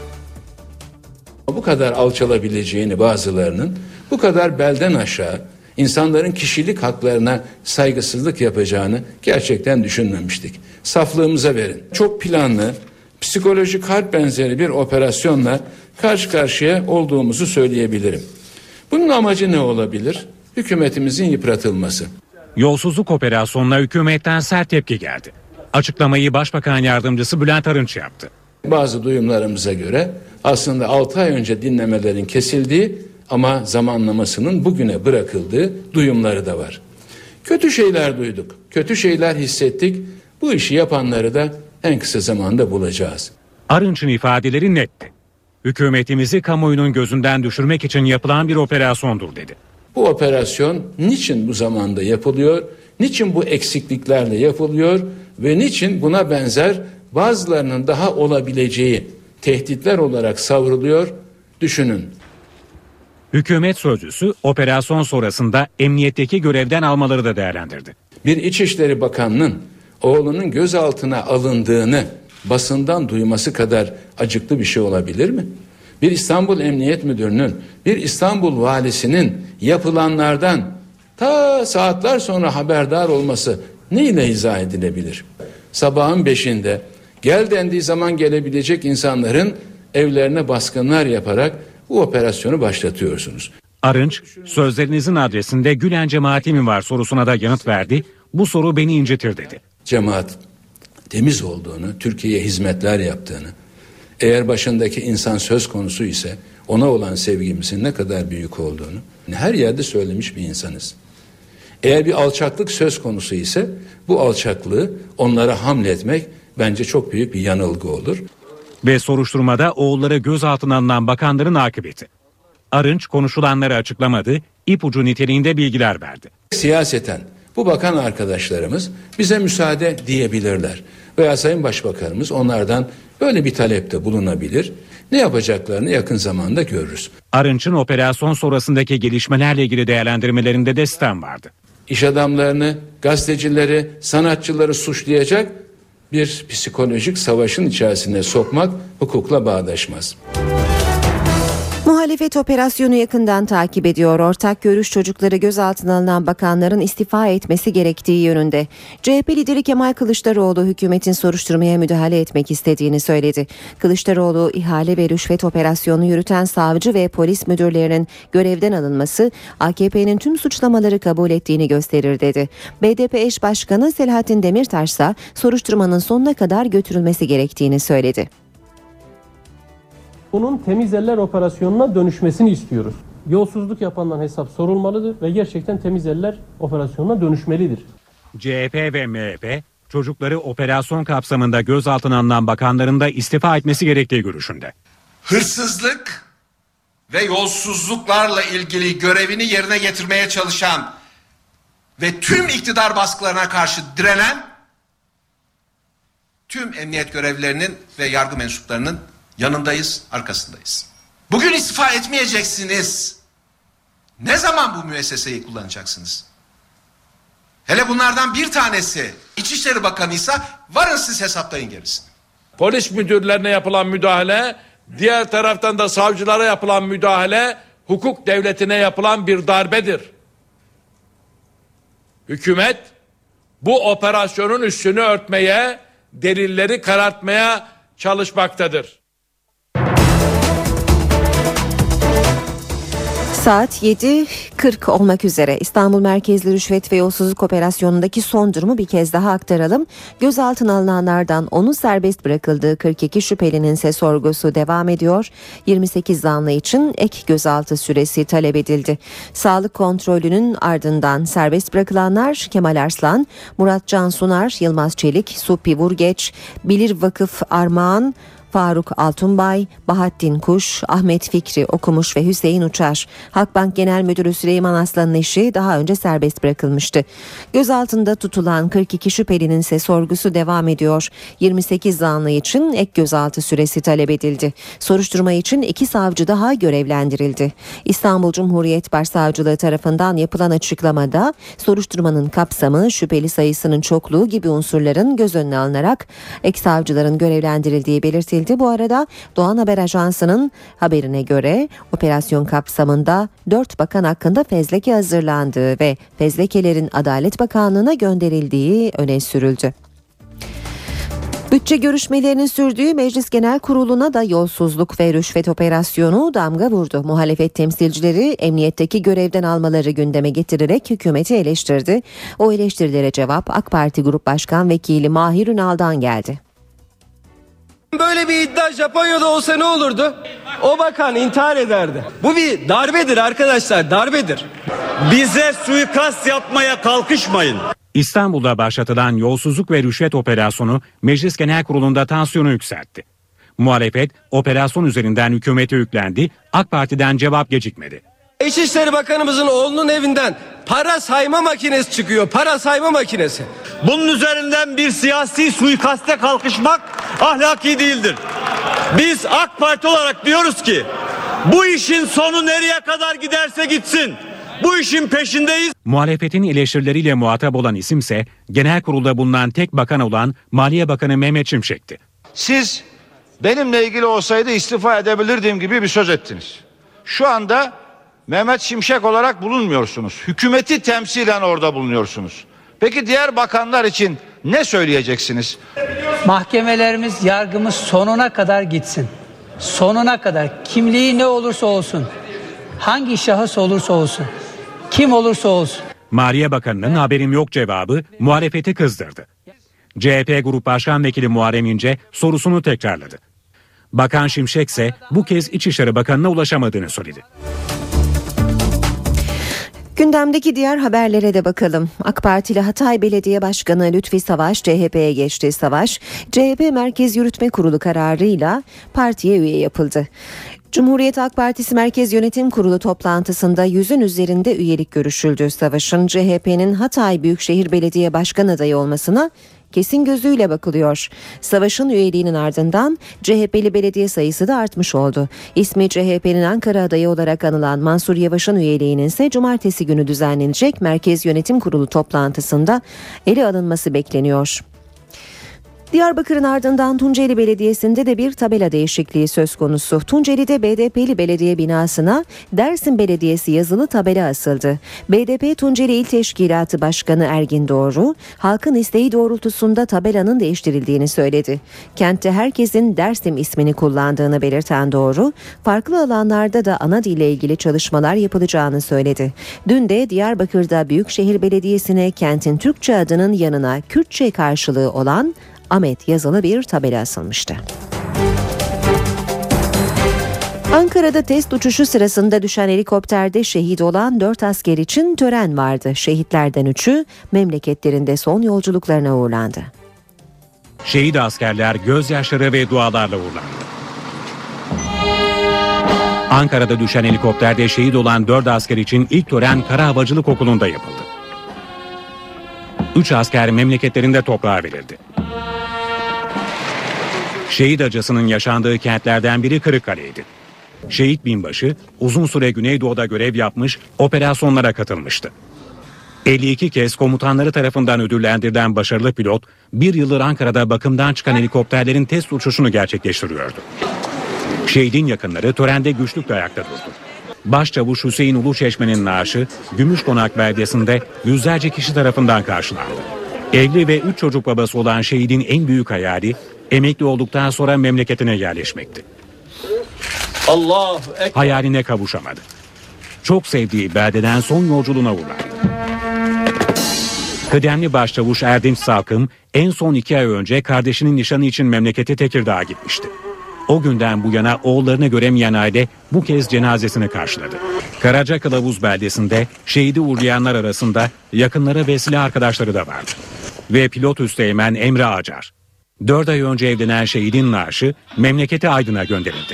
Bu kadar alçalabileceğini bazılarının, bu kadar belden aşağı insanların kişilik haklarına saygısızlık yapacağını gerçekten düşünmemiştik. Saflığımıza verin. Çok planlı, psikolojik harp benzeri bir operasyonla karşı karşıya olduğumuzu söyleyebilirim. Bunun amacı ne olabilir? Hükümetimizin yıpratılması. Yolsuzluk operasyonuna hükümetten sert tepki geldi. Açıklamayı Başbakan Yardımcısı Bülent Arınç yaptı. Bazı duyumlarımıza göre aslında altı ay önce dinlemelerin kesildiği ama zamanlamasının bugüne bırakıldığı duyumları da var. Kötü şeyler duyduk, kötü şeyler hissettik. Bu işi yapanları da en kısa zamanda bulacağız. Arınç'ın ifadeleri netti. Hükümetimizi kamuoyunun gözünden düşürmek için yapılan bir operasyondur dedi. Bu operasyon niçin bu zamanda yapılıyor, niçin bu eksikliklerle yapılıyor ve niçin buna benzer bazılarının daha olabileceği tehditler olarak savruluyor, düşünün. Hükümet sözcüsü operasyon sonrasında emniyetteki görevden almaları da değerlendirdi. Bir İçişleri Bakanı'nın oğlunun gözaltına alındığını basından duyması kadar acıklı bir şey olabilir mi? Bir İstanbul Emniyet Müdürü'nün, bir İstanbul Valisi'nin yapılanlardan ta saatler sonra haberdar olması neyle izah edilebilir? Sabahın beşinde gel dendiği zaman gelebilecek insanların evlerine baskınlar yaparak bu operasyonu başlatıyorsunuz. Arınç, sözlerinizin adresinde Gülen cemaati mi var sorusuna da yanıt verdi. Bu soru beni incitir dedi. Cemaat temiz olduğunu, Türkiye'ye hizmetler yaptığını, eğer başındaki insan söz konusu ise ona olan sevgimizin ne kadar büyük olduğunu her yerde söylemiş bir insanız. Eğer bir alçaklık söz konusu ise bu alçaklığı onlara hamletmek bence çok büyük bir yanılgı olur. Ve soruşturmada oğulları gözaltına alınan bakanların akıbeti. Arınç konuşulanları açıklamadı, ipucu niteliğinde bilgiler verdi. Siyaseten bu bakan arkadaşlarımız bize müsaade diyebilirler. Veya Sayın Başbakanımız onlardan böyle bir talepte bulunabilir. Ne yapacaklarını yakın zamanda görürüz. Arınç'ın operasyon sonrasındaki gelişmelerle ilgili değerlendirmelerinde de sistem vardı. İş adamlarını, gazetecileri, sanatçıları suçlayacak bir psikolojik savaşın içerisine sokmak hukukla bağdaşmaz. Muhalefet operasyonu yakından takip ediyor. Ortak görüş çocukları gözaltına alınan bakanların istifa etmesi gerektiği yönünde. C H P lideri Kemal Kılıçdaroğlu hükümetin soruşturmaya müdahale etmek istediğini söyledi. Kılıçdaroğlu ihale ve rüşvet operasyonu yürüten savcı ve polis müdürlerinin görevden alınması A K P'nin tüm suçlamaları kabul ettiğini gösterir dedi. B D P eş başkanı Selahattin Demirtaş ise soruşturmanın sonuna kadar götürülmesi gerektiğini söyledi. Bunun temiz eller operasyonuna dönüşmesini istiyoruz. Yolsuzluk yapanların hesap sorulmalıdır ve gerçekten temiz eller operasyonuna dönüşmelidir. C H P ve M H P çocukları operasyon kapsamında gözaltına alınan bakanların da istifa etmesi gerektiği görüşünde. Hırsızlık ve yolsuzluklarla ilgili görevini yerine getirmeye çalışan ve tüm iktidar baskılarına karşı direnen tüm emniyet görevlilerinin ve yargı mensuplarının yanındayız, arkasındayız. Bugün istifa etmeyeceksiniz. Ne zaman bu müesseseyi kullanacaksınız? Hele bunlardan bir tanesi İçişleri Bakanıysa varın siz hesaplayın gerisini. Polis müdürlerine yapılan müdahale, diğer taraftan da savcılara yapılan müdahale, hukuk devletine yapılan bir darbedir. Hükümet bu operasyonun üstünü örtmeye, delilleri karartmaya çalışmaktadır. Saat yedi kırk olmak üzere İstanbul merkezli rüşvet ve yolsuzluk operasyonundaki son durumu bir kez daha aktaralım. Gözaltına alınanlardan onu serbest bırakıldığı kırk iki şüphelinin ise sorgusu devam ediyor. yirmi sekiz zanlı için ek gözaltı süresi talep edildi. Sağlık kontrolünün ardından serbest bırakılanlar Kemal Arslan, Murat Can Sunar, Yılmaz Çelik, Suppi Vurgeç, Bilir Vakıf Armağan, Faruk Altunbay, Bahattin Kuş, Ahmet Fikri Okumuş ve Hüseyin Uçar. Halkbank Genel Müdürü Süleyman Aslan'ın eşi daha önce serbest bırakılmıştı. Gözaltında tutulan kırk iki şüphelinin ise sorgusu devam ediyor. yirmi sekiz zanlı için ek gözaltı süresi talep edildi. Soruşturma için iki savcı daha görevlendirildi. İstanbul Cumhuriyet Başsavcılığı tarafından yapılan açıklamada soruşturmanın kapsamı, şüpheli sayısının çokluğu gibi unsurların göz önüne alınarak ek savcıların görevlendirildiği belirtildi. Bu arada Doğan Haber Ajansı'nın haberine göre operasyon kapsamında dört bakan hakkında fezleke hazırlandığı ve fezlekelerin Adalet Bakanlığı'na gönderildiği öne sürüldü. Bütçe görüşmelerinin sürdüğü Meclis Genel Kurulu'na da yolsuzluk ve rüşvet operasyonu damga vurdu. Muhalefet temsilcileri emniyetteki görevden almaları gündeme getirerek hükümeti eleştirdi. O eleştirilere cevap AK Parti Grup Başkan Vekili Mahir Ünal'dan geldi. Böyle bir iddia Japonya'da olsa ne olurdu? O bakan intihar ederdi. Bu bir darbedir arkadaşlar, darbedir. Bize suikast yapmaya kalkışmayın. İstanbul'da başlatılan yolsuzluk ve rüşvet operasyonu Meclis Genel Kurulu'nda tansiyonu yükseltti. Muhalefet operasyon üzerinden hükümete yüklendi, AK Parti'den cevap gecikmedi. İçişleri Bakanımızın oğlunun evinden para sayma makinesi çıkıyor, para sayma makinesi. Bunun üzerinden bir siyasi suikaste kalkışmak ahlaki değildir. Biz AK Parti olarak diyoruz ki bu işin sonu nereye kadar giderse gitsin. Bu işin peşindeyiz. Muhalefetin eleştirileriyle muhatap olan isimse genel kurulda bulunan tek bakan olan Maliye Bakanı Mehmet Şimşek'ti. Siz benimle ilgili olsaydı istifa edebilirdim gibi bir söz ettiniz. Şu anda Mehmet Şimşek olarak bulunmuyorsunuz. Hükümeti temsilen orada bulunuyorsunuz. Peki diğer bakanlar için ne söyleyeceksiniz? Mahkemelerimiz, yargımız sonuna kadar gitsin. Sonuna kadar, kimliği ne olursa olsun, hangi şahıs olursa olsun, kim olursa olsun. Maliye Bakanı'nın haberim yok cevabı muhalefeti kızdırdı. C H P Grup Başkan Vekili Muharrem İnce sorusunu tekrarladı. Bakan Şimşek ise bu kez İçişleri Bakanı'na ulaşamadığını söyledi. Gündemdeki diğer haberlere de bakalım. AK Partili Hatay Belediye Başkanı Lütfi Savaş C H P'ye geçti. Savaş, C H P Merkez Yürütme Kurulu kararıyla partiye üye yapıldı. Cumhuriyet Halk Partisi Merkez Yönetim Kurulu toplantısında yüzün üzerinde üyelik görüşüldü. Savaş'ın C H P'nin Hatay Büyükşehir Belediye Başkan adayı olmasına kesin gözüyle bakılıyor. Savaş'ın üyeliğinin ardından C H P'li belediye sayısı da artmış oldu. İsmi C H P'nin Ankara adayı olarak anılan Mansur Yavaş'ın üyeliğinin ise cumartesi günü düzenlenecek Merkez Yönetim Kurulu toplantısında ele alınması bekleniyor. Diyarbakır'ın ardından Tunceli Belediyesi'nde de bir tabela değişikliği söz konusu. Tunceli'de B D P'li belediye binasına Dersim Belediyesi yazılı tabela asıldı. B D P Tunceli İl Teşkilatı Başkanı Ergin Doğru, halkın isteği doğrultusunda tabelanın değiştirildiğini söyledi. Kentte herkesin Dersim ismini kullandığını belirten Doğru, farklı alanlarda da ana dille ilgili çalışmalar yapılacağını söyledi. Dün de Diyarbakır'da Büyükşehir Belediyesi'ne kentin Türkçe adının yanına Kürtçe karşılığı olan Ahmet yazılı bir tabela asılmıştı. Ankara'da test uçuşu sırasında düşen helikopterde şehit olan dört asker için tören vardı. Şehitlerden üçü memleketlerinde son yolculuklarına uğurlandı. Şehit askerler gözyaşları ve dualarla uğurlandı. Ankara'da düşen helikopterde şehit olan dört asker için ilk tören Kara Havacılık Okulu'nda yapıldı. Üç asker memleketlerinde toprağa verildi. Şehit acısının yaşandığı kentlerden biri Kırıkkale'ydi. Şehit binbaşı uzun süre Güneydoğu'da görev yapmış, operasyonlara katılmıştı. elli iki kez komutanları tarafından ödüllendirilen başarılı pilot, bir yıldır Ankara'da bakımdan çıkan helikopterlerin test uçuşunu gerçekleştiriyordu. Şehidin yakınları törende güçlükle ayakta durdu. Başçavuş Hüseyin Uluçeşme'nin naaşı Gümüşkonak beldesinde yüzlerce kişi tarafından karşılandı. Evli ve üç çocuk babası olan şehidin en büyük hayali emekli olduktan sonra memleketine yerleşmekti. Allah hayaline kavuşamadı. Çok sevdiği beldeden son yolculuğuna uğurlandı. Kıdemli başçavuş Erdinç Salkım en son iki ay önce kardeşinin nişanı için memleketi Tekirdağ'a gitmişti. O günden bu yana oğullarını göremeyen aile bu kez cenazesini karşıladı. Karacakılavuz beldesinde şehidi uğurlayanlar arasında yakınları ve silah arkadaşları da vardı. Ve pilot üsteğmen Emre Acar. dört ay önce evlenen şehidin naaşı memleketi Aydın'a gönderildi.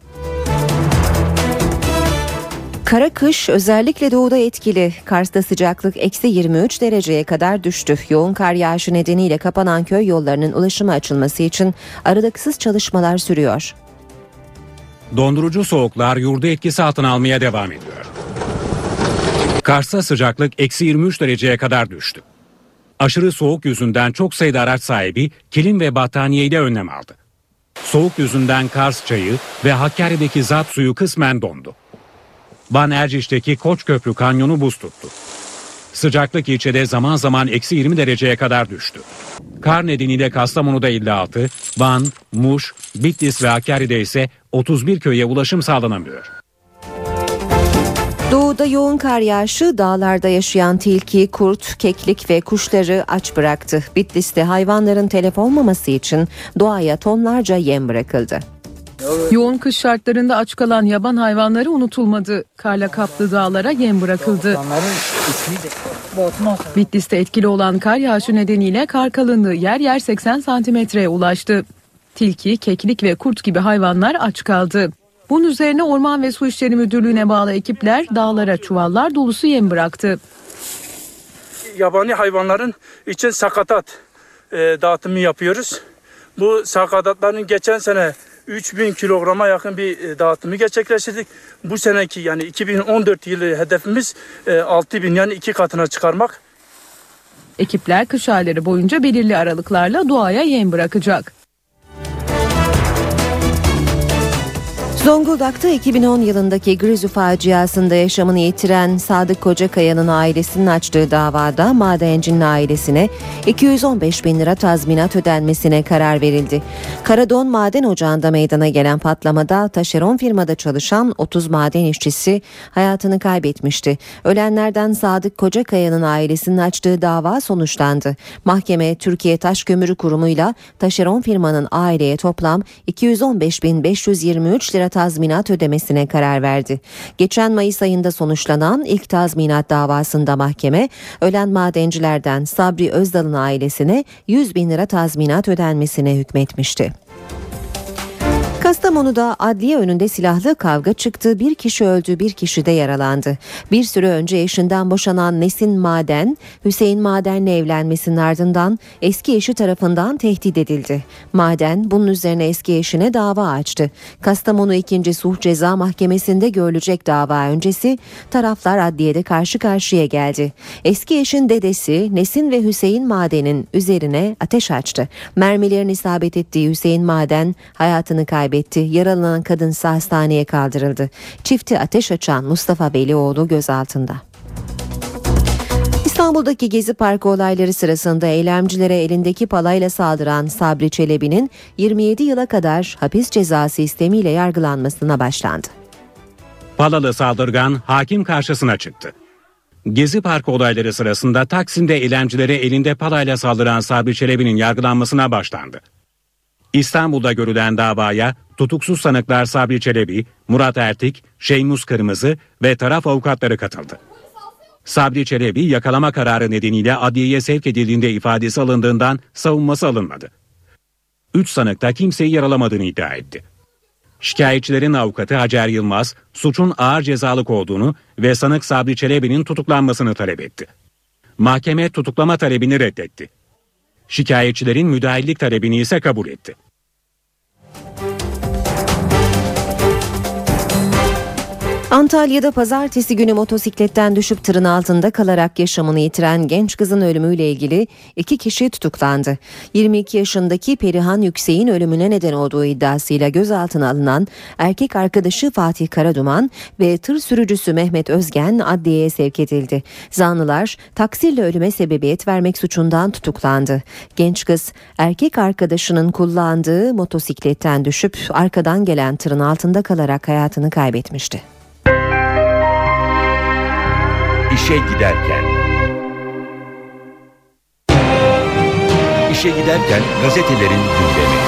Kara kış özellikle doğuda etkili. Kars'ta sıcaklık eksi yirmi üç dereceye kadar düştü. Yoğun kar yağışı nedeniyle kapanan köy yollarının ulaşıma açılması için aralıksız çalışmalar sürüyor. Dondurucu soğuklar yurdu etkisi altına almaya devam ediyor. Kars'ta sıcaklık eksi yirmi üç dereceye kadar düştü. Aşırı soğuk yüzünden çok sayıda araç sahibi kilim ve battaniyeyle önlem aldı. Soğuk yüzünden Kars Çayı ve Hakkari'deki Zap suyu kısmen dondu. Van Erciş'teki Koçköprü kanyonu buz tuttu. Sıcaklık ilçede zaman zaman eksi yirmi dereceye kadar düştü. Kar nedeniyle Kastamonu'da elli altı, Van, Muş, Bitlis ve Hakkari'de ise otuz bir köye ulaşım sağlanamıyor. Doğuda yoğun kar yağışı dağlarda yaşayan tilki, kurt, keklik ve kuşları aç bıraktı. Bitlis'te hayvanların telef olmaması için doğaya tonlarca yem bırakıldı. Yoğun kış şartlarında aç kalan yaban hayvanları unutulmadı. Karla kaplı dağlara yem bırakıldı. Bitlis'te etkili olan kar yağışı nedeniyle kar kalınlığı yer yer seksen santimetreye ulaştı. Tilki, keklik ve kurt gibi hayvanlar aç kaldı. Bunun üzerine Orman ve Su İşleri Müdürlüğü'ne bağlı ekipler dağlara çuvallar dolusu yem bıraktı. Yabani hayvanların için sakatat e, dağıtımı yapıyoruz. Bu sakatatların geçen sene üç bin kilograma yakın bir e, dağıtımı gerçekleştirdik. Bu seneki yani iki bin on dört yılı hedefimiz e, altı bin yani iki katına çıkarmak. Ekipler kış ayları boyunca belirli aralıklarla doğaya yem bırakacak. Zonguldak'ta iki bin on yılındaki Grizu faciasında yaşamını yitiren Sadık Kocakaya'nın ailesinin açtığı davada madencinin ailesine iki yüz on beş bin lira tazminat ödenmesine karar verildi. Karadon Maden Ocağı'nda meydana gelen patlamada taşeron firmada çalışan otuz maden işçisi hayatını kaybetmişti. Ölenlerden Sadık Kocakaya'nın ailesinin açtığı dava sonuçlandı. Mahkeme Türkiye Taş Kömürü Kurumu'yla taşeron firmanın aileye toplam iki yüz on beş bin beş yüz yirmi üç lira tazminat ödemesine karar verdi. Geçen Mayıs ayında sonuçlanan ilk tazminat davasında mahkeme, ölen madencilerden Sabri Özdal'ın ailesine yüz bin lira tazminat ödenmesine hükmetmişti. Kastamonu'da adliye önünde silahlı kavga çıktı. Bir kişi öldü, bir kişi de yaralandı. Bir süre önce eşinden boşanan Nesin Maden, Hüseyin Maden'le evlenmesinin ardından eski eşi tarafından tehdit edildi. Maden bunun üzerine eski eşine dava açtı. Kastamonu ikinci. Sulh Ceza Mahkemesi'nde görülecek dava öncesi taraflar adliyede karşı karşıya geldi. Eski eşin dedesi Nesin ve Hüseyin Maden'in üzerine ateş açtı. Mermilerin isabet ettiği Hüseyin Maden hayatını kaybetti. Yaralanan kadınsa hastaneye kaldırıldı. Çifti ateş açan Mustafa Belioğlu gözaltında. İstanbul'daki Gezi Parkı olayları sırasında eylemcilere elindeki palayla saldıran Sabri Çelebi'nin yirmi yedi yıla kadar hapis cezası istemiyle yargılanmasına başlandı. Palalı saldırgan hakim karşısına çıktı. Gezi Parkı olayları sırasında Taksim'de eylemcilere elinde palayla saldıran Sabri Çelebi'nin yargılanmasına başlandı. İstanbul'da görülen davaya tutuksuz sanıklar Sabri Çelebi, Murat Ertik, Şeymus Kırmızı ve taraf avukatları katıldı. Sabri Çelebi yakalama kararı nedeniyle adliyeye sevk edildiğinde ifadesi alındığından savunması alınmadı. Üç sanık da kimseyi yaralamadığını iddia etti. Şikayetçilerin avukatı Hacer Yılmaz, suçun ağır cezalık olduğunu ve sanık Sabri Çelebi'nin tutuklanmasını talep etti. Mahkeme tutuklama talebini reddetti. Şikayetçilerin müdahillik talebini ise kabul etti. Antalya'da pazartesi günü motosikletten düşüp tırın altında kalarak yaşamını yitiren genç kızın ölümüyle ilgili iki kişi tutuklandı. yirmi iki yaşındaki Perihan Yüksek'in ölümüne neden olduğu iddiasıyla gözaltına alınan erkek arkadaşı Fatih Karaduman ve tır sürücüsü Mehmet Özgen adliyeye sevk edildi. Zanlılar taksirle ölüme sebebiyet vermek suçundan tutuklandı. Genç kız erkek arkadaşının kullandığı motosikletten düşüp arkadan gelen tırın altında kalarak hayatını kaybetmişti. İşe giderken. İşe giderken gazetelerin gündemi.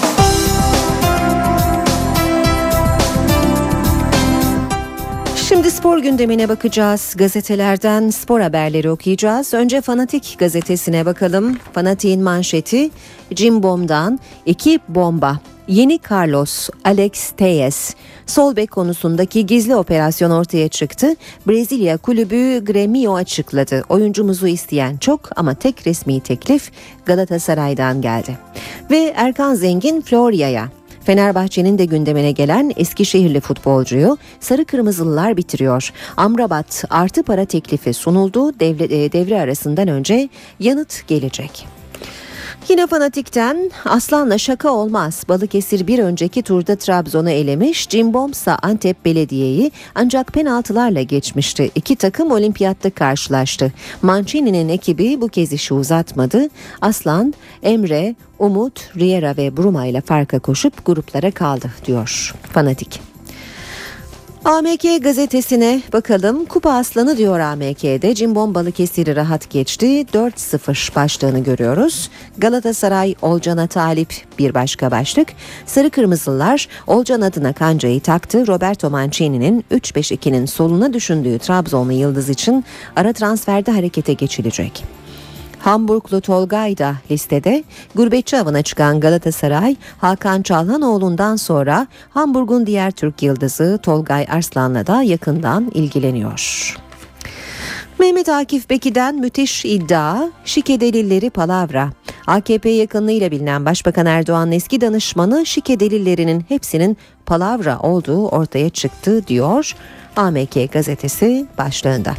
Şimdi Spor gündemine bakacağız. Gazetelerden spor haberleri okuyacağız. Önce Fanatik gazetesine bakalım. Fanatik'in manşeti Cimbom'dan iki bomba. Yeni Carlos Alex Telles sol bek konusundaki gizli operasyon ortaya çıktı. Brezilya kulübü Grêmio açıkladı. Oyuncumuzu isteyen çok ama tek resmi teklif Galatasaray'dan geldi. Ve Erkan Zengin Florya'ya. Fenerbahçe'nin de gündemine gelen Eskişehirli futbolcuyu Sarı Kırmızılılar bitiriyor. Amrabat artı para teklifi sunuldu. Devre, devre arasından önce yanıt gelecek. Yine Fanatik'ten Aslan'la şaka olmaz. Balıkesir bir önceki turda Trabzon'u elemiş. Cimbomsa Antep Belediye'yi ancak penaltılarla geçmişti. İki takım olimpiyatta karşılaştı. Mancini'nin ekibi bu kez işi uzatmadı. Aslan, Emre, Umut, Riera ve Bruma ile farka koşup gruplara kaldı diyor Fanatik. A M K gazetesine bakalım. Kupa Aslanı diyor A M K'de. Cimbom Balıkesir'i rahat geçti. dört sıfır başlığını görüyoruz. Galatasaray Olcan'a talip bir başka başlık. Sarı Kırmızılar Olcan adına kancayı taktı. Roberto Mancini'nin üç beş ikinin soluna düşündüğü Trabzonlu yıldız için ara transferde harekete geçilecek. Hamburglu Tolgay da listede. Gurbetçi avına çıkan Galatasaray, Hakan Çalhanoğlu'ndan sonra Hamburg'un diğer Türk yıldızı Tolgay Arslan'la da yakından ilgileniyor. Mehmet Akif Beki'den müthiş iddia, şike delilleri palavra. A K P yakınlığıyla bilinen Başbakan Erdoğan'ın eski danışmanı şike delillerinin hepsinin palavra olduğu ortaya çıktı diyor A M K gazetesi başlığında.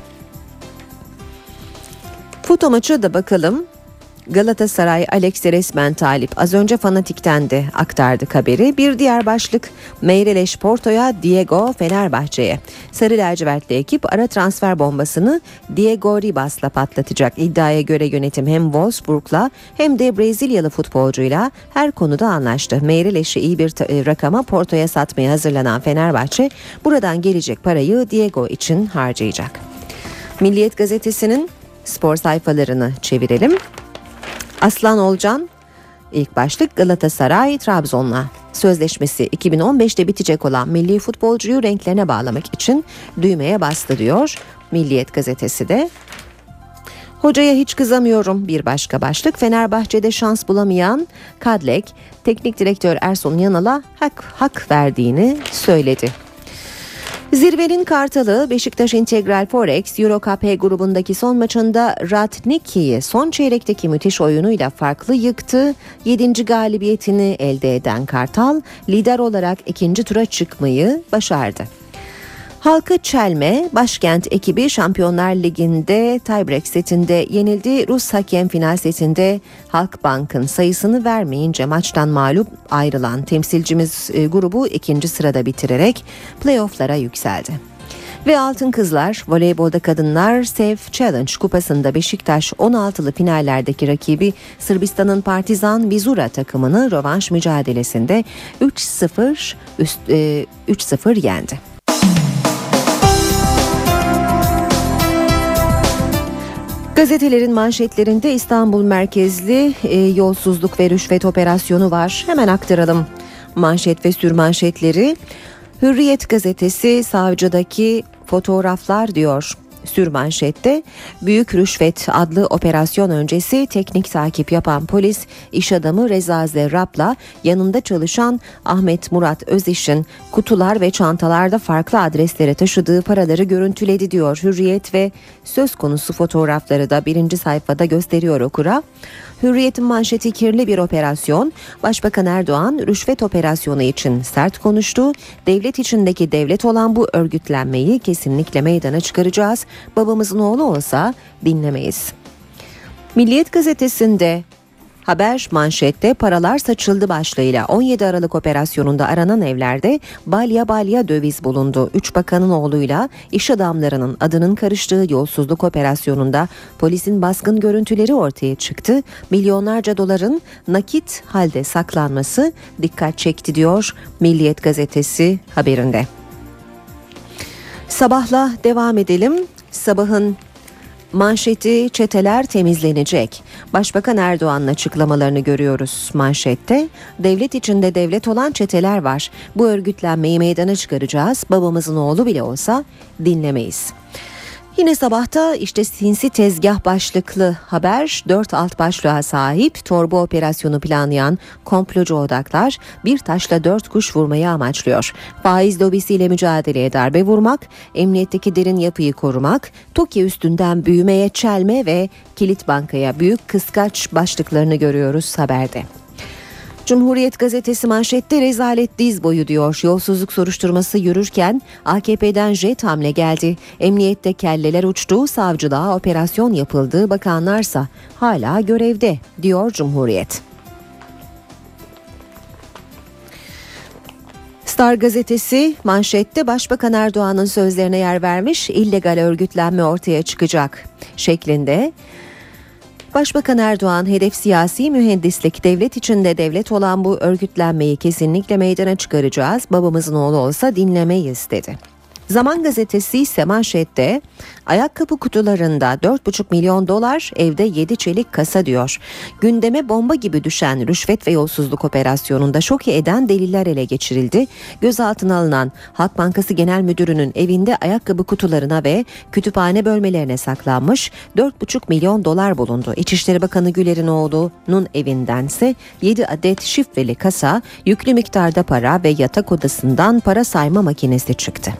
Foto maçı da bakalım. Galatasaray Alex'e resmen talip. Az önce Fanatik'ten de aktardık haberi. Bir diğer başlık Meireles Porto'ya, Diego Fenerbahçe'ye. Sarı lacivertli ekip ara transfer bombasını Diego Ribas'la patlatacak. İddiaya göre yönetim hem Wolfsburg'la hem de Brezilyalı futbolcuyla her konuda anlaştı. Meireles'i iyi bir t- rakama Porto'ya satmaya hazırlanan Fenerbahçe buradan gelecek parayı Diego için harcayacak. Milliyet gazetesinin spor sayfalarını çevirelim. Aslan Olcan ilk başlık Galatasaray Trabzon'la sözleşmesi iki bin on beşte bitecek olan milli futbolcuyu renklerine bağlamak için düğmeye bastı diyor Milliyet gazetesi de. Hocaya hiç kızamıyorum bir başka başlık. Fenerbahçe'de şans bulamayan Kadlek teknik direktör Ersun Yanal'a hak, hak verdiğini söyledi. Zirvenin Kartalı Beşiktaş Integral Forex Euro Cup H grubundaki son maçında Radniki'yi son çeyrekteki müthiş oyunuyla farklı yıktı. yedinci galibiyetini elde eden Kartal lider olarak ikinci tura çıkmayı başardı. Halkı çelme başkent ekibi Şampiyonlar Ligi'nde tiebreak setinde yenildi. Rus hakem final setinde Halkbank'ın sayısını vermeyince maçtan mağlup ayrılan temsilcimiz e, grubu ikinci sırada bitirerek playoff'lara yükseldi. Ve Altın Kızlar voleybolda kadınlar Sev Challenge kupasında Beşiktaş on altılı finallerdeki rakibi Sırbistan'ın Partizan Vizura takımını rövanş mücadelesinde üç sıfır üst, e, üç sıfır yendi. Gazetelerin manşetlerinde İstanbul merkezli e, yolsuzluk ve rüşvet operasyonu var. Hemen aktaralım manşet ve sürmanşetleri. Hürriyet gazetesi savcıdaki fotoğraflar diyor. Sürmanşette Büyük Rüşvet adlı operasyon öncesi teknik takip yapan polis iş adamı Reza Zerrab'la yanında çalışan Ahmet Murat Öziş'in kutular ve çantalarda farklı adreslere taşıdığı paraları görüntüledi diyor Hürriyet ve söz konusu fotoğrafları da birinci sayfada gösteriyor okura. Hürriyet'in manşeti kirli bir operasyon. Başbakan Erdoğan rüşvet operasyonu için sert konuştu. Devlet içindeki devlet olan bu örgütlenmeyi kesinlikle meydana çıkaracağız. Babamızın oğlu olsa dinlemeyiz. Milliyet gazetesinde haber manşette paralar saçıldı başlığıyla on yedi Aralık operasyonunda aranan evlerde balya balya döviz bulundu. Üç bakanın oğluyla iş adamlarının adının karıştığı yolsuzluk operasyonunda polisin baskın görüntüleri ortaya çıktı. Milyonlarca doların nakit halde saklanması dikkat çekti diyor Milliyet gazetesi haberinde. Sabahla devam edelim. Sabahın Manşeti çeteler temizlenecek. Başbakan Erdoğan'ın açıklamalarını görüyoruz manşette. Devlet içinde devlet olan çeteler var. Bu örgütlenmeyi meydana çıkaracağız. Babamızın oğlu bile olsa dinlemeyiz. Yine sabahta işte sinsi tezgah başlıklı haber dört alt başlığa sahip. Torba operasyonu planlayan komplocu odaklar bir taşla dört kuş vurmayı amaçlıyor. Faiz lobisiyle mücadeleye darbe vurmak, emniyetteki derin yapıyı korumak, TOKİ üstünden büyümeye çelme ve Kilit Banka'ya büyük kıskaç başlıklarını görüyoruz haberde. Cumhuriyet gazetesi manşette rezalet diz boyu diyor. Yolsuzluk soruşturması yürürken A K P'den jet hamle geldi. Emniyette kelleler uçtu, savcılığa operasyon yapıldı, bakanlarsa hala görevde diyor Cumhuriyet. Star gazetesi manşette Başbakan Erdoğan'ın sözlerine yer vermiş, illegal örgütlenme ortaya çıkacak şeklinde. Başbakan Erdoğan hedef siyasi mühendislik, devlet içinde devlet olan bu örgütlenmeyi kesinlikle meydana çıkaracağız, babamızın oğlu olsa dinlemeyiz dedi. Zaman gazetesi ise manşette ayakkabı kutularında dört buçuk milyon dolar, evde yedi çelik kasa diyor. Gündeme bomba gibi düşen rüşvet ve yolsuzluk operasyonunda şok eden deliller ele geçirildi. Gözaltına alınan Halk Bankası Genel Müdürü'nün evinde ayakkabı kutularına ve kütüphane bölmelerine saklanmış dört buçuk milyon dolar bulundu. İçişleri Bakanı Güler'in oğlunun evindense yedi adet şifreli kasa, yüklü miktarda para ve yatak odasından para sayma makinesi çıktı.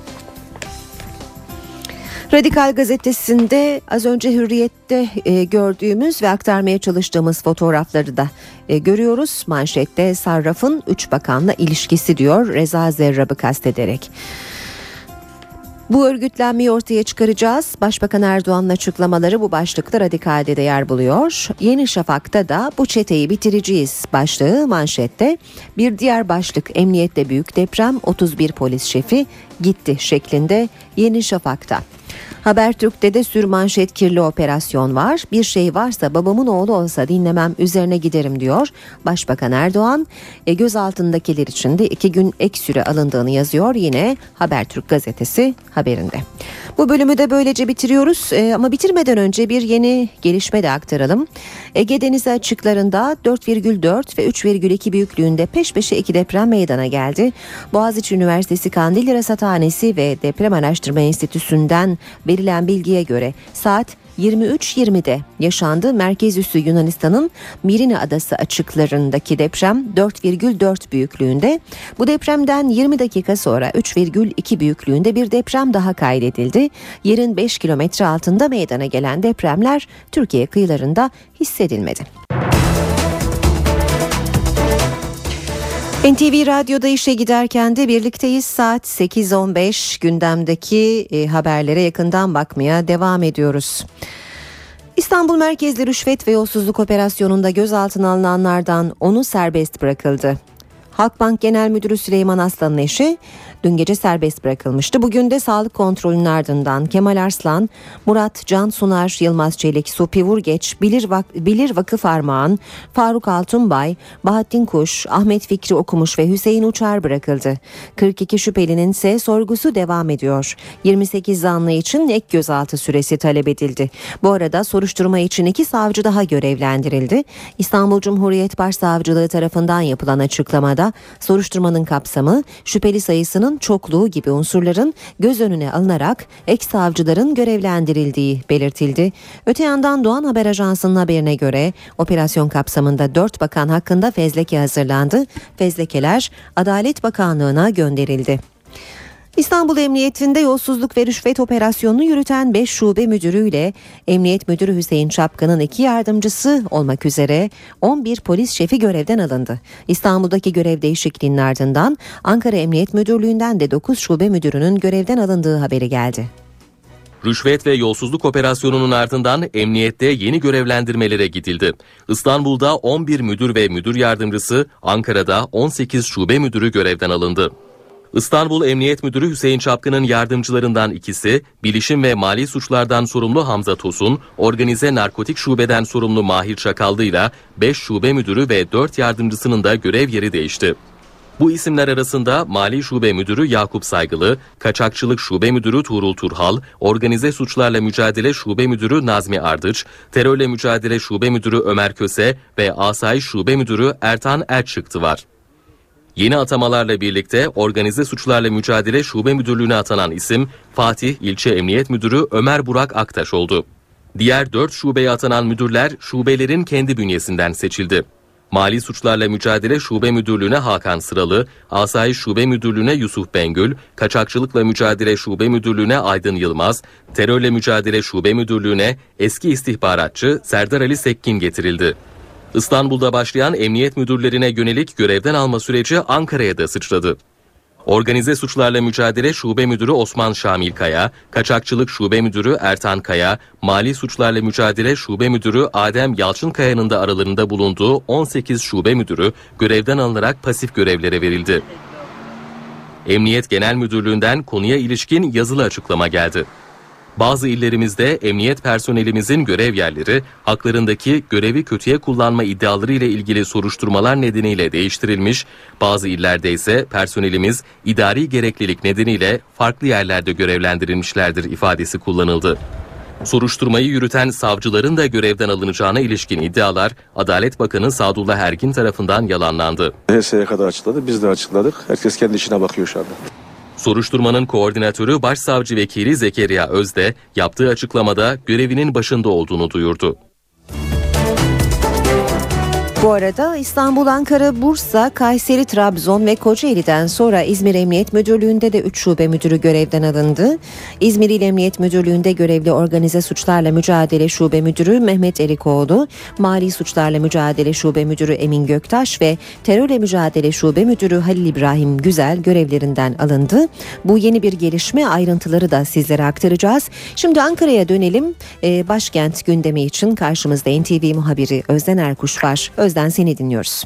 Radikal gazetesinde az önce Hürriyet'te e, gördüğümüz ve aktarmaya çalıştığımız fotoğrafları da e, görüyoruz. Manşette Sarraf'ın üç bakanla ilişkisi diyor, Reza Zerrab'ı kastederek. Bu örgütlenmeyi ortaya çıkaracağız. Başbakan Erdoğan'ın açıklamaları bu başlıkta Radikal'de de yer buluyor. Yeni Şafak'ta da bu çeteyi bitireceğiz başlığı manşette. Bir diğer başlık emniyette büyük deprem, otuz bir polis şefi gitti şeklinde Yeni Şafak'ta. Habertürk'te de sürmanşet kirli operasyon var. Bir şey varsa babamın oğlu olsa dinlemem, üzerine giderim diyor. Başbakan Erdoğan e, gözaltındakiler için de iki gün ek süre alındığını yazıyor yine Habertürk gazetesi haberinde. Bu bölümü de böylece bitiriyoruz e, ama bitirmeden önce bir yeni gelişme de aktaralım. Ege Denizi açıklarında dört virgül dört ve üç virgül iki büyüklüğünde peş peşe iki deprem meydana geldi. Boğaziçi Üniversitesi Kandilli Rasathanesi ve Deprem Araştırma Enstitüsü'nden verilen bilgiye göre saat yirmi üç yirmide yaşandı. Merkez üssü Yunanistan'ın Mirina Adası açıklarındaki deprem dört virgül dört büyüklüğünde. Bu depremden yirmi dakika sonra üç virgül iki büyüklüğünde bir deprem daha kaydedildi. Yerin beş kilometre altında meydana gelen depremler Türkiye kıyılarında hissedilmedi. N T V Radyo'da işe giderken de birlikteyiz. Saat sekiz on beş, gündemdeki e, haberlere yakından bakmaya devam ediyoruz. İstanbul merkezli rüşvet ve yolsuzluk operasyonunda gözaltına alınanlardan onu serbest bırakıldı. Halkbank Genel Müdürü Süleyman Aslan'ın eşi dün gece serbest bırakılmıştı. Bugün de sağlık kontrolünün ardından Kemal Arslan, Murat Can Sunar, Yılmaz Çelik, Supi Vurgeç, Bilir, Vak- Bilir Vakıf Armağan, Faruk Altunbay, Bahattin Kuş, Ahmet Fikri Okumuş ve Hüseyin Uçar bırakıldı. kırk iki şüphelinin ise sorgusu devam ediyor. yirmi sekiz zanlı için ek gözaltı süresi talep edildi. Bu arada soruşturma için iki savcı daha görevlendirildi. İstanbul Cumhuriyet Başsavcılığı tarafından yapılan açıklamada soruşturmanın kapsamı, şüpheli sayısının çokluğu gibi unsurların göz önüne alınarak ek savcıların görevlendirildiği belirtildi. Öte yandan Doğan Haber Ajansı'nın haberine göre operasyon kapsamında dört bakan hakkında fezleke hazırlandı. Fezlekeler Adalet Bakanlığı'na gönderildi. İstanbul Emniyetinde yolsuzluk ve rüşvet operasyonunu yürüten beş şube müdürüyle Emniyet Müdürü Hüseyin Çapkan'ın iki yardımcısı olmak üzere on bir polis şefi görevden alındı. İstanbul'daki görev değişikliğinin ardından Ankara Emniyet Müdürlüğü'nden de dokuz şube müdürünün görevden alındığı haberi geldi. Rüşvet ve yolsuzluk operasyonunun ardından emniyette yeni görevlendirmelere gidildi. İstanbul'da on bir müdür ve müdür yardımcısı, Ankara'da on sekiz şube müdürü görevden alındı. İstanbul Emniyet Müdürü Hüseyin Çapkın'ın yardımcılarından ikisi, bilişim ve mali suçlardan sorumlu Hamza Tosun, organize narkotik şubeden sorumlu Mahir Çakallı ile beş şube müdürü ve dört yardımcısının da görev yeri değişti. Bu isimler arasında Mali Şube Müdürü Yakup Saygılı, Kaçakçılık Şube Müdürü Tuğrul Turhal, Organize Suçlarla Mücadele Şube Müdürü Nazmi Ardıç, Terörle Mücadele Şube Müdürü Ömer Köse ve Asayiş Şube Müdürü Ertan Erçıktı var. Yeni atamalarla birlikte Organize Suçlarla Mücadele Şube Müdürlüğü'ne atanan isim Fatih İlçe Emniyet Müdürü Ömer Burak Aktaş oldu. Diğer dört şubeye atanan müdürler şubelerin kendi bünyesinden seçildi. Mali Suçlarla Mücadele Şube Müdürlüğü'ne Hakan Sıralı, Asayiş Şube Müdürlüğü'ne Yusuf Bengül, Kaçakçılıkla Mücadele Şube Müdürlüğü'ne Aydın Yılmaz, Terörle Mücadele Şube Müdürlüğü'ne eski istihbaratçı Serdar Ali Sekkin getirildi. İstanbul'da başlayan emniyet müdürlerine yönelik görevden alma süreci Ankara'ya da sıçradı. Organize Suçlarla Mücadele Şube Müdürü Osman Şamil Kaya, Kaçakçılık Şube Müdürü Ertan Kaya, Mali Suçlarla Mücadele Şube Müdürü Adem Yalçınkaya'nın da aralarında bulunduğu on sekiz şube müdürü görevden alınarak pasif görevlere verildi. Emniyet Genel Müdürlüğü'nden konuya ilişkin yazılı açıklama geldi. Bazı illerimizde emniyet personelimizin görev yerleri, haklarındaki görevi kötüye kullanma iddiaları ile ilgili soruşturmalar nedeniyle değiştirilmiş, bazı illerde ise personelimiz idari gereklilik nedeniyle farklı yerlerde görevlendirilmişlerdir ifadesi kullanıldı. Soruşturmayı yürüten savcıların da görevden alınacağına ilişkin iddialar Adalet Bakanı Sadullah Ergin tarafından yalanlandı. H S'ye kadar açıkladı, biz de açıkladık. Herkes kendi işine bakıyor şu anda. Soruşturmanın koordinatörü Başsavcı Vekili Zekeriya Özde yaptığı açıklamada görevinin başında olduğunu duyurdu. Bu arada İstanbul, Ankara, Bursa, Kayseri, Trabzon ve Kocaeli'den sonra İzmir Emniyet Müdürlüğü'nde de üç şube müdürü görevden alındı. İzmir İl Emniyet Müdürlüğü'nde görevli Organize Suçlarla Mücadele Şube Müdürü Mehmet Erikoğlu, Mali Suçlarla Mücadele Şube Müdürü Emin Göktaş ve Terörle Mücadele Şube Müdürü Halil İbrahim Güzel görevlerinden alındı. Bu yeni bir gelişme, ayrıntıları da sizlere aktaracağız. Şimdi Ankara'ya dönelim. Ee, başkent gündemi için karşımızda N T V muhabiri Özden Erkuş var. Özden, seni dinliyoruz.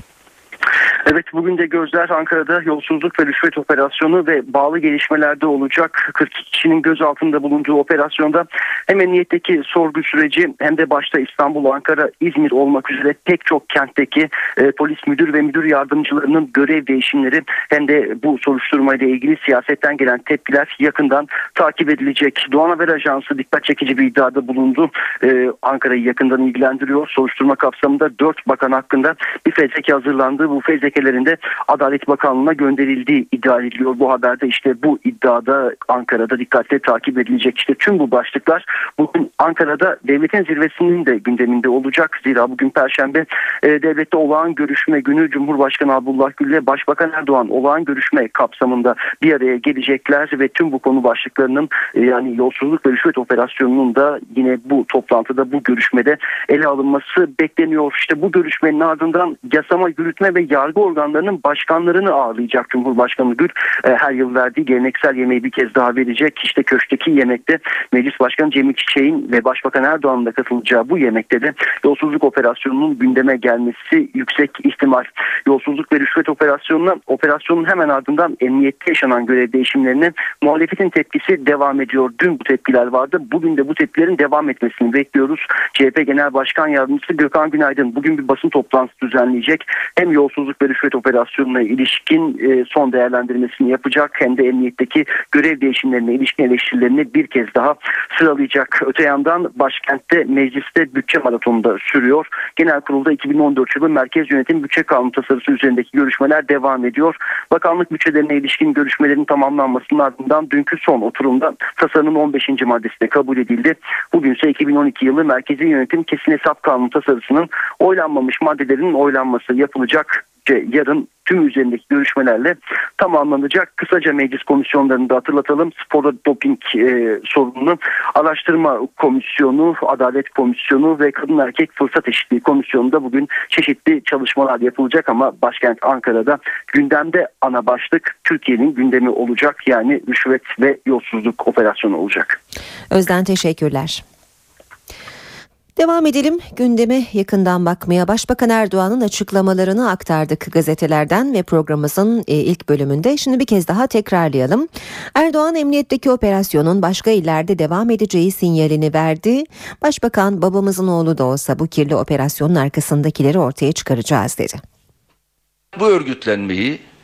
Evet, bugün de gözler Ankara'da yolsuzluk ve rüşvet operasyonu ve bağlı gelişmelerde olacak. kırk iki kişinin gözaltında bulunduğu operasyonda hem emniyetteki sorgu süreci hem de başta İstanbul, Ankara, İzmir olmak üzere pek çok kentteki e, polis müdür ve müdür yardımcılarının görev değişimleri hem de bu soruşturmayla ilgili siyasetten gelen tepkiler yakından takip edilecek. Doğan Haber Ajansı dikkat çekici bir iddiada bulundu. E, Ankara'yı yakından ilgilendiriyor. Soruşturma kapsamında dört bakan hakkında bir fezleke hazırlandı. Bu fezlekelerinde Adalet Bakanlığı'na gönderildiği iddia ediliyor. Bu haberde işte bu iddiada Ankara'da dikkatle takip edilecek. İşte tüm bu başlıklar bugün Ankara'da devletin zirvesinin de gündeminde olacak. Zira bugün Perşembe e, devlette olağan görüşme günü. Cumhurbaşkanı Abdullah Gül ile Başbakan Erdoğan olağan görüşme kapsamında bir araya gelecekler ve tüm bu konu başlıklarının e, yani yolsuzluk ve rüşvet operasyonunun da yine bu toplantıda, bu görüşmede ele alınması bekleniyor. İşte bu görüşmenin ardından yasama, yürütme ve yargı organlarının başkanlarını ağırlayacak Cumhurbaşkanı Gül. E, her yıl verdiği geleneksel yemeği bir kez daha verecek. İşte köşkteki yemekte Meclis Başkanı Cemil Çiçek'in ve Başbakan Erdoğan'ın da katılacağı bu yemekte de yolsuzluk operasyonunun gündeme gelmesi yüksek ihtimal. Yolsuzluk ve rüşvet operasyonuna, operasyonun hemen ardından emniyette yaşanan görev değişimlerine muhalefetin tepkisi devam ediyor. Dün bu tepkiler vardı. Bugün de bu tepkilerin devam etmesini bekliyoruz. C H P Genel Başkan Yardımcısı Gökhan Günaydın bugün bir basın toplantısı düzenleyecek. Hem yolsuzluk ve rüşvet operasyonuna ilişkin e, son değerlendirmesini yapacak hem de emniyetteki görev değişimlerine ilişkin eleştirilerini bir kez daha sıralayacak. Öte yandan başkentte mecliste bütçe maratonu da sürüyor. Genel kurulda iki bin on dört yılı Merkez Yönetim Bütçe Kanunu tasarısı üzerindeki görüşmeler devam ediyor. Bakanlık bütçelerine ilişkin görüşmelerin tamamlanmasının ardından dünkü son oturumda tasarının on beşinci maddesi de kabul edildi. Bugün ise iki bin on iki yılı Merkezi Yönetim Kesin Hesap Kanunu tasarısının oylanmamış maddelerinin oylanması yapılacak. Yarın tüm üzerindeki görüşmelerle tamamlanacak. Kısaca meclis komisyonlarını da hatırlatalım. Sporda doping e, sorununu araştırma komisyonu, adalet komisyonu ve kadın erkek fırsat eşitliği komisyonunda bugün çeşitli çalışmalar yapılacak ama başkent Ankara'da gündemde ana başlık Türkiye'nin gündemi olacak. Yani rüşvet ve yolsuzluk operasyonu olacak. Özden, teşekkürler. Devam edelim gündeme yakından bakmaya. Başbakan Erdoğan'ın açıklamalarını aktardık gazetelerden ve programımızın ilk bölümünde. Şimdi bir kez daha tekrarlayalım. Erdoğan emniyetteki operasyonun başka illerde devam edeceği sinyalini verdi. Başbakan babamızın oğlu da olsa bu kirli operasyonun arkasındakileri ortaya çıkaracağız dedi. Bu örgütlenmeyi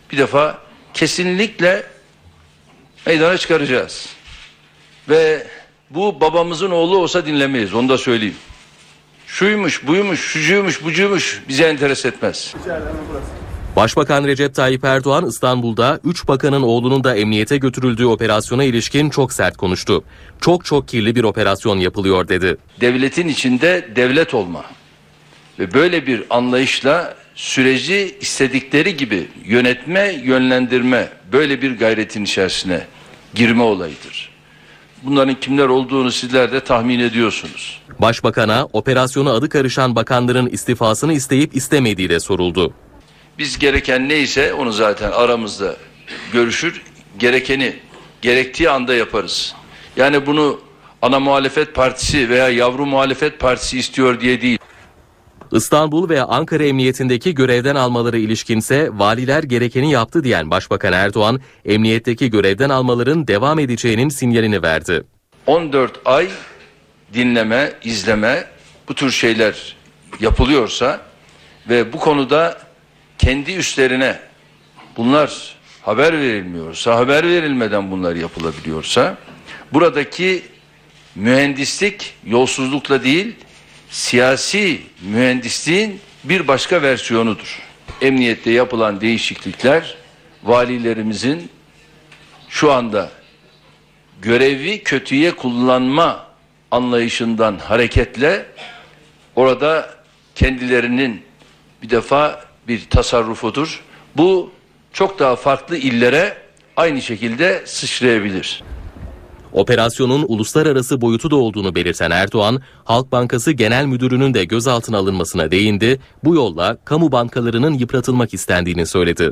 bir defa kesinlikle meydana çıkaracağız. Ve bu babamızın oğlu olsa dinlemeyiz, onu da söyleyeyim. Şuymuş, buymuş, şucuymuş, bucuymuş bizi enteres etmez. Başbakan Recep Tayyip Erdoğan İstanbul'da üç bakanın oğlunun da emniyete götürüldüğü operasyona ilişkin çok sert konuştu. Çok çok kirli bir operasyon yapılıyor dedi. Devletin içinde devlet olma ve böyle bir anlayışla süreci istedikleri gibi yönetme, yönlendirme, böyle bir gayretin içerisine girme olayıdır. Bunların kimler olduğunu sizler de tahmin ediyorsunuz. Başbakana operasyona adı karışan bakanların istifasını isteyip istemediği de soruldu. Biz gereken neyse onu zaten aramızda görüşür, gerekeni gerektiği anda yaparız. Yani bunu ana muhalefet partisi veya yavru muhalefet partisi istiyor diye değil. İstanbul ve Ankara Emniyetindeki görevden almaları ilişkinse valiler gerekeni yaptı diyen Başbakan Erdoğan, emniyetteki görevden almaların devam edeceğinin sinyalini verdi. on dört ay dinleme, izleme, bu tür şeyler yapılıyorsa ve bu konuda kendi üstlerine bunlar haber verilmiyorsa, haber verilmeden bunlar yapılabiliyorsa, buradaki mühendislik yolsuzlukla değil, siyasi mühendisliğin bir başka versiyonudur. Emniyette yapılan değişiklikler valilerimizin şu anda görevi kötüye kullanma anlayışından hareketle orada kendilerinin bir defa bir tasarrufudur. Bu çok daha farklı illere aynı şekilde sıçrayabilir. Operasyonun uluslararası boyutu da olduğunu belirten Erdoğan, Halk Bankası Genel Müdürü'nün de gözaltına alınmasına değindi. Bu yolla kamu bankalarının yıpratılmak istendiğini söyledi.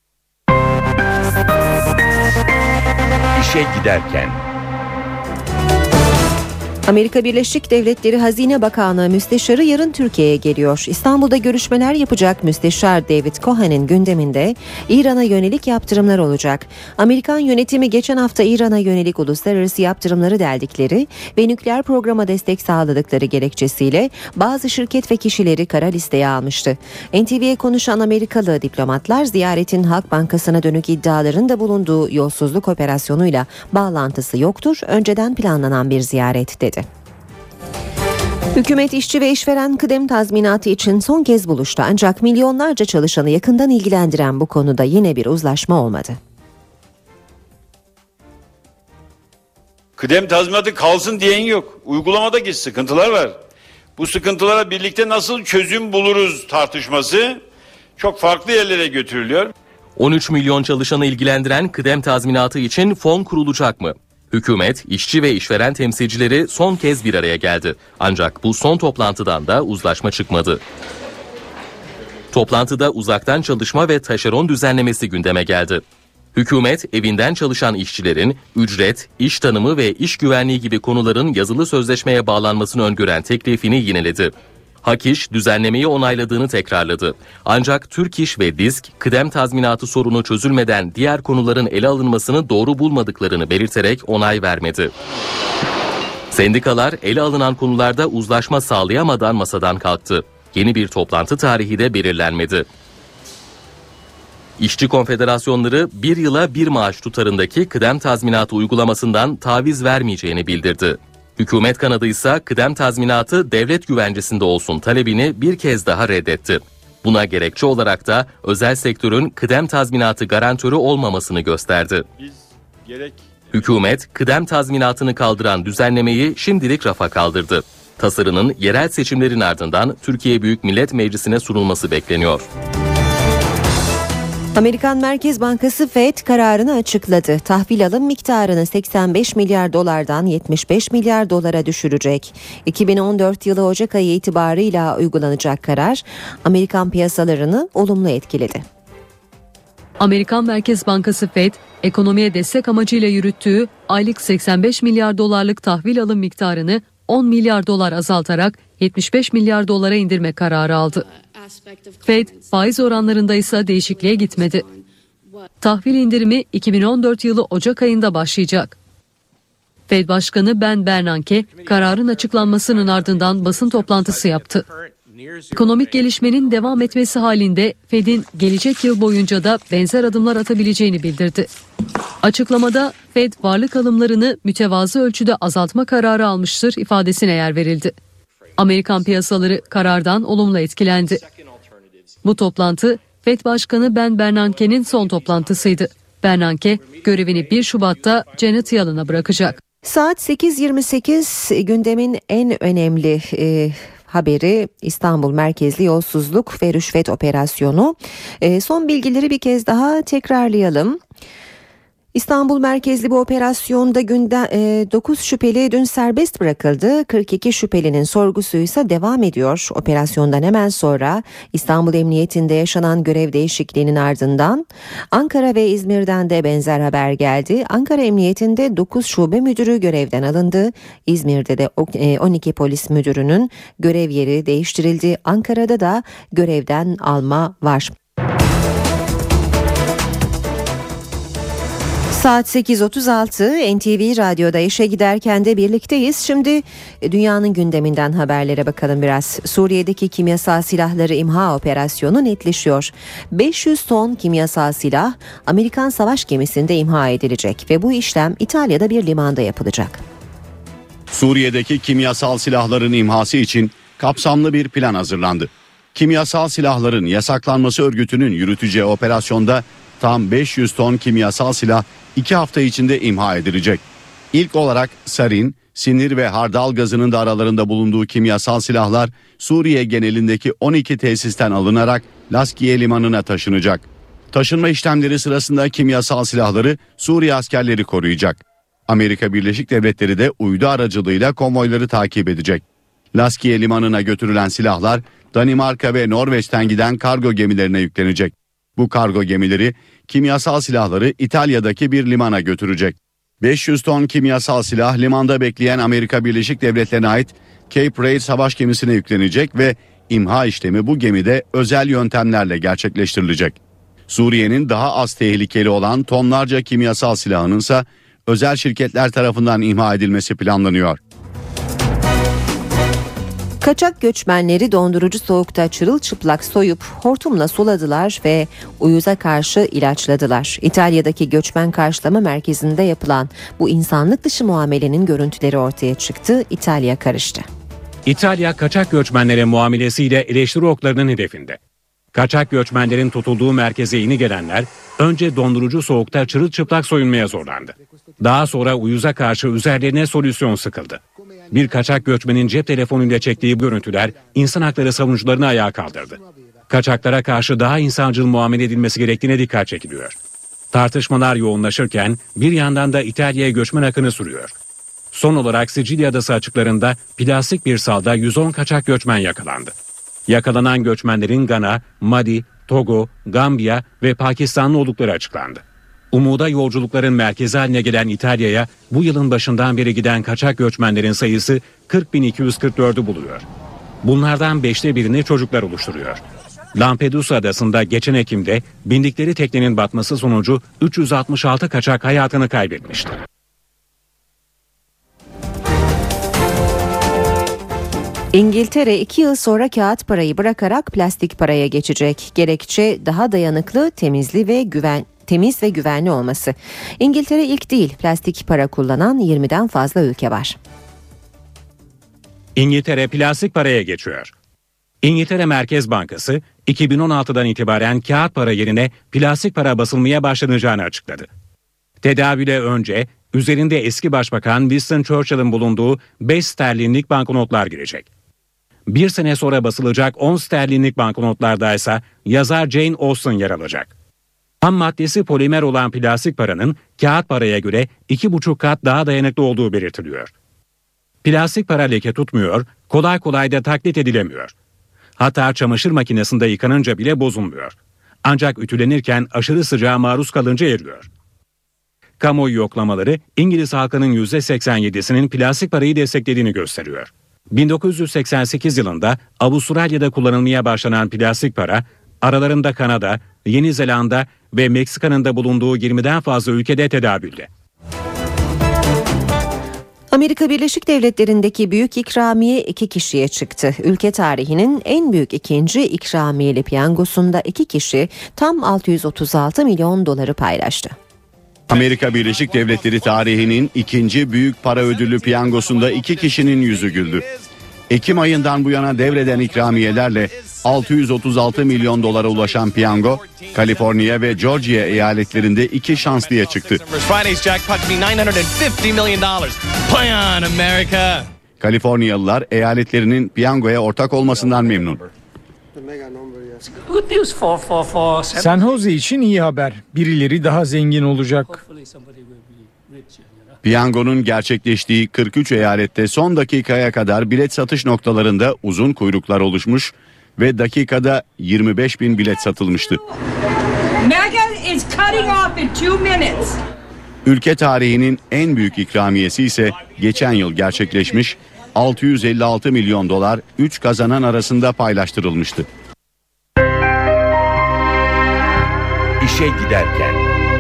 İşe giderken. Amerika Birleşik Devletleri Hazine Bakanı Müsteşarı yarın Türkiye'ye geliyor. İstanbul'da görüşmeler yapacak Müsteşar David Cohen'in gündeminde İran'a yönelik yaptırımlar olacak. Amerikan yönetimi geçen hafta İran'a yönelik uluslararası yaptırımları deldikleri ve nükleer programa destek sağladıkları gerekçesiyle bazı şirket ve kişileri kara listeye almıştı. N T V'ye konuşan Amerikalı diplomatlar ziyaretin Halk Bankası'na dönük iddiaların da bulunduğu yolsuzluk operasyonuyla bağlantısı yoktur, önceden planlanan bir ziyaret dedi. Hükümet işçi ve işveren kıdem tazminatı için son kez buluştu, ancak milyonlarca çalışanı yakından ilgilendiren bu konuda yine bir uzlaşma olmadı. Kıdem tazminatı kalsın diyen yok. Uygulamadaki sıkıntılar var. Bu sıkıntılara birlikte nasıl çözüm buluruz tartışması çok farklı yerlere götürülüyor. on üç milyon çalışanı ilgilendiren kıdem tazminatı için fon kurulacak mı? Hükümet, işçi ve işveren temsilcileri son kez bir araya geldi. Ancak bu son toplantıdan da uzlaşma çıkmadı. Toplantıda uzaktan çalışma ve taşeron düzenlemesi gündeme geldi. Hükümet, evinden çalışan işçilerin ücret, iş tanımı ve iş güvenliği gibi konuların yazılı sözleşmeye bağlanmasını öngören teklifini yineledi. HAKİŞ düzenlemeyi onayladığını tekrarladı. Ancak Türk İş ve DİSK kıdem tazminatı sorunu çözülmeden diğer konuların ele alınmasını doğru bulmadıklarını belirterek onay vermedi. Sendikalar ele alınan konularda uzlaşma sağlayamadan masadan kalktı. Yeni bir toplantı tarihi de belirlenmedi. İşçi konfederasyonları bir yıla bir maaş tutarındaki kıdem tazminatı uygulamasından taviz vermeyeceğini bildirdi. Hükümet kanadı ise kıdem tazminatı devlet güvencesinde olsun talebini bir kez daha reddetti. Buna gerekçe olarak da özel sektörün kıdem tazminatı garantörü olmamasını gösterdi. Biz gerek Hükümet kıdem tazminatını kaldıran düzenlemeyi şimdilik rafa kaldırdı. Tasarının yerel seçimlerin ardından Türkiye Büyük Millet Meclisi'ne sunulması bekleniyor. Amerikan Merkez Bankası Fed kararını açıkladı. Tahvil alım miktarını seksen beş milyar dolardan yetmiş beş milyar dolara düşürecek. iki bin on dört yılı Ocak ayı itibarıyla uygulanacak karar Amerikan piyasalarını olumlu etkiledi. Amerikan Merkez Bankası Fed, ekonomiye destek amacıyla yürüttüğü aylık seksen beş milyar dolarlık tahvil alım miktarını on milyar dolar azaltarak yetmiş beş milyar dolara indirme kararı aldı. Fed, faiz oranlarında ise değişikliğe gitmedi. Tahvil indirimi iki bin on dört yılı Ocak ayında başlayacak. Fed Başkanı Ben Bernanke, kararın açıklanmasının ardından basın toplantısı yaptı. Ekonomik gelişmenin devam etmesi halinde Fed'in gelecek yıl boyunca da benzer adımlar atabileceğini bildirdi. Açıklamada Fed varlık alımlarını mütevazı ölçüde azaltma kararı almıştır ifadesine yer verildi. Amerikan piyasaları karardan olumlu etkilendi. Bu toplantı Fed Başkanı Ben Bernanke'nin son toplantısıydı. Bernanke görevini bir Şubat'ta Janet Yellen'a bırakacak. Saat sekiz yirmi sekiz gündemin en önemli e, haberi İstanbul merkezli yolsuzluk ve rüşvet operasyonu. E, son bilgileri bir kez daha tekrarlayalım. İstanbul merkezli bu operasyonda günde e, dokuz şüpheli dün serbest bırakıldı. kırk iki şüphelinin sorgusu ise devam ediyor. Operasyondan hemen sonra İstanbul Emniyetinde yaşanan görev değişikliğinin ardından Ankara ve İzmir'den de benzer haber geldi. Ankara Emniyetinde dokuz şube müdürü görevden alındı. İzmir'de de on iki polis müdürünün görev yeri değiştirildi. Ankara'da da görevden alma var. Saat sekiz otuz altı N T V Radyo'da işe giderken de birlikteyiz. Şimdi dünyanın gündeminden haberlere bakalım biraz. Suriye'deki kimyasal silahları imha operasyonu netleşiyor. beş yüz ton kimyasal silah Amerikan savaş gemisinde imha edilecek ve bu işlem İtalya'da bir limanda yapılacak. Suriye'deki kimyasal silahların imhası için kapsamlı bir plan hazırlandı. Kimyasal silahların yasaklanması örgütünün yürüteceği operasyonda tam beş yüz ton kimyasal silah iki hafta içinde imha edilecek. İlk olarak sarin, sinir ve hardal gazının da aralarında bulunduğu kimyasal silahlar Suriye genelindeki on iki tesisten alınarak Laskiye limanına taşınacak. Taşınma işlemleri sırasında kimyasal silahları Suriye askerleri koruyacak. Amerika Birleşik Devletleri de uydu aracılığıyla konvoyları takip edecek. Laskiye limanına götürülen silahlar Danimarka ve Norveç'ten giden kargo gemilerine yüklenecek. Bu kargo gemileri kimyasal silahları İtalya'daki bir limana götürecek. beş yüz ton kimyasal silah limanda bekleyen Amerika Birleşik Devletleri'ne ait Cape Raid savaş gemisine yüklenecek ve imha işlemi bu gemide özel yöntemlerle gerçekleştirilecek. Suriye'nin daha az tehlikeli olan tonlarca kimyasal silahının ise özel şirketler tarafından imha edilmesi planlanıyor. Kaçak göçmenleri dondurucu soğukta çırılçıplak soyup hortumla suladılar ve uyuza karşı ilaçladılar. İtalya'daki göçmen karşılama merkezinde yapılan bu insanlık dışı muamelenin görüntüleri ortaya çıktı. İtalya karıştı. İtalya kaçak göçmenlere muamelesiyle eleştiri oklarının hedefinde. Kaçak göçmenlerin tutulduğu merkeze yeni gelenler önce dondurucu soğukta çırılçıplak soyunmaya zorlandı. Daha sonra uyuza karşı üzerlerine solüsyon sıkıldı. Bir kaçak göçmenin cep telefonuyla çektiği görüntüler insan hakları savunucularını ayağa kaldırdı. Kaçaklara karşı daha insancıl muamele edilmesi gerektiğine dikkat çekiliyor. Tartışmalar yoğunlaşırken bir yandan da İtalya'ya göçmen akını sürüyor. Son olarak Sicilya Adası açıklarında plastik bir salda yüz on kaçak göçmen yakalandı. Yakalanan göçmenlerin Gana, Mali, Togo, Gambiya ve Pakistanlı oldukları açıklandı. Umuda yolculukların merkezi haline gelen İtalya'ya bu yılın başından beri giden kaçak göçmenlerin sayısı kırk bin iki yüz kırk dördü buluyor. Bunlardan beşte birini çocuklar oluşturuyor. Lampedusa adasında geçen Ekim'de bindikleri teknenin batması sonucu üç yüz altmış altı kaçak hayatını kaybetmişti. İngiltere iki yıl sonra kağıt parayı bırakarak plastik paraya geçecek. Gerekçe daha dayanıklı, temizli ve güven temiz ve güvenli olması. İngiltere ilk değil, plastik para kullanan yirmiden fazla ülke var. İngiltere plastik paraya geçiyor. İngiltere Merkez Bankası iki bin on altıdan itibaren kağıt para yerine plastik para basılmaya başlanacağını açıkladı. Tedavüle önce üzerinde eski Başbakan Winston Churchill'in bulunduğu beş sterlinlik banknotlar girecek. Bir sene sonra basılacak on sterlinlik banknotlarda ise yazar Jane Austen yer alacak. Ham maddesi polimer olan plastik paranın kağıt paraya göre iki buçuk kat daha dayanıklı olduğu belirtiliyor. Plastik para leke tutmuyor, kolay kolay da taklit edilemiyor. Hatta çamaşır makinesinde yıkanınca bile bozulmuyor. Ancak ütülenirken aşırı sıcağa maruz kalınca eriyor. Kamuoyu yoklamaları İngiliz halkının yüzde seksen yedisinin plastik parayı desteklediğini gösteriyor. bin dokuz yüz seksen sekiz yılında Avustralya'da kullanılmaya başlanan plastik para, aralarında Kanada, Yeni Zelanda ve Meksika'nın da bulunduğu yirmiden fazla ülkede tedavülde. Amerika Birleşik Devletleri'ndeki büyük ikramiye iki kişiye çıktı. Ülke tarihinin en büyük ikinci ikramiyeli piyangosunda iki kişi tam altı yüz otuz altı milyon doları paylaştı. Amerika Birleşik Devletleri tarihinin ikinci büyük para ödüllü piyangosunda iki kişinin yüzü güldü. Ekim ayından bu yana devreden ikramiyelerle altı yüz otuz altı milyon dolara ulaşan piyango, Kaliforniya ve Georgia eyaletlerinde iki şanslıya çıktı. Kaliforniyalılar eyaletlerinin piyangoya ortak olmasından memnun. San Jose için iyi haber. Birileri daha zengin olacak. Piyangonun gerçekleştiği kırk üç eyalette son dakikaya kadar bilet satış noktalarında uzun kuyruklar oluşmuş ve dakikada yirmi beş bin bilet satılmıştı. Ülke tarihinin en büyük ikramiyesi ise geçen yıl gerçekleşmiş, altı yüz elli altı milyon dolar üç kazanan arasında paylaştırılmıştı. İşe giderken.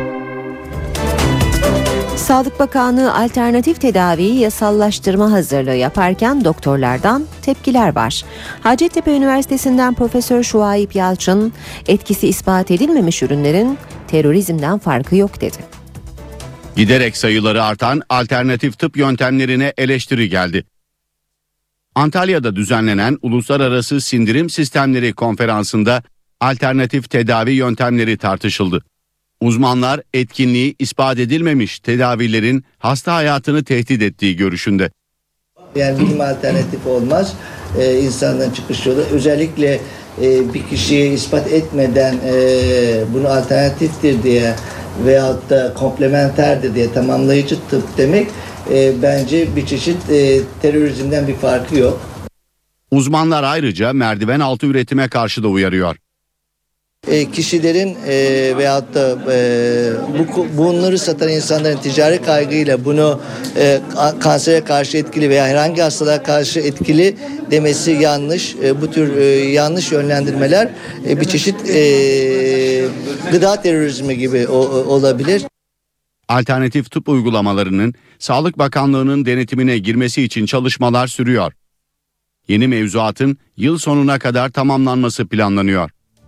Sağlık Bakanlığı alternatif tedaviyi yasallaştırma hazırlığı yaparken doktorlardan tepkiler var. Hacettepe Üniversitesi'nden Profesör Şuayip Yalçın, etkisi ispat edilmemiş ürünlerin terörizmden farkı yok dedi. Giderek sayıları artan alternatif tıp yöntemlerine eleştiri geldi. Antalya'da düzenlenen Uluslararası Sindirim Sistemleri Konferansı'nda alternatif tedavi yöntemleri tartışıldı. Uzmanlar etkinliği ispat edilmemiş tedavilerin hasta hayatını tehdit ettiği görüşünde. Yani bilim alternatif olmaz. Ee, insanların çıkış yolu özellikle e, bir kişiye ispat etmeden e, bunu alternatiftir diye veyahut da komplementerdir diye tamamlayıcı tıp demek e, bence bir çeşit e, terörizmden bir farkı yok. Uzmanlar ayrıca merdiven altı üretime karşı da uyarıyor. E, kişilerin e, veyahut da e, bu, bunları satan insanların ticari kaygıyla bunu e, kansere karşı etkili veya herhangi hastalığa karşı etkili demesi yanlış. E, bu tür e, yanlış yönlendirmeler e, bir çeşit e, gıda terörizmi gibi o, olabilir. Alternatif tıp uygulamalarının Sağlık Bakanlığı'nın denetimine girmesi için çalışmalar sürüyor. Yeni mevzuatın yıl sonuna kadar tamamlanması planlanıyor.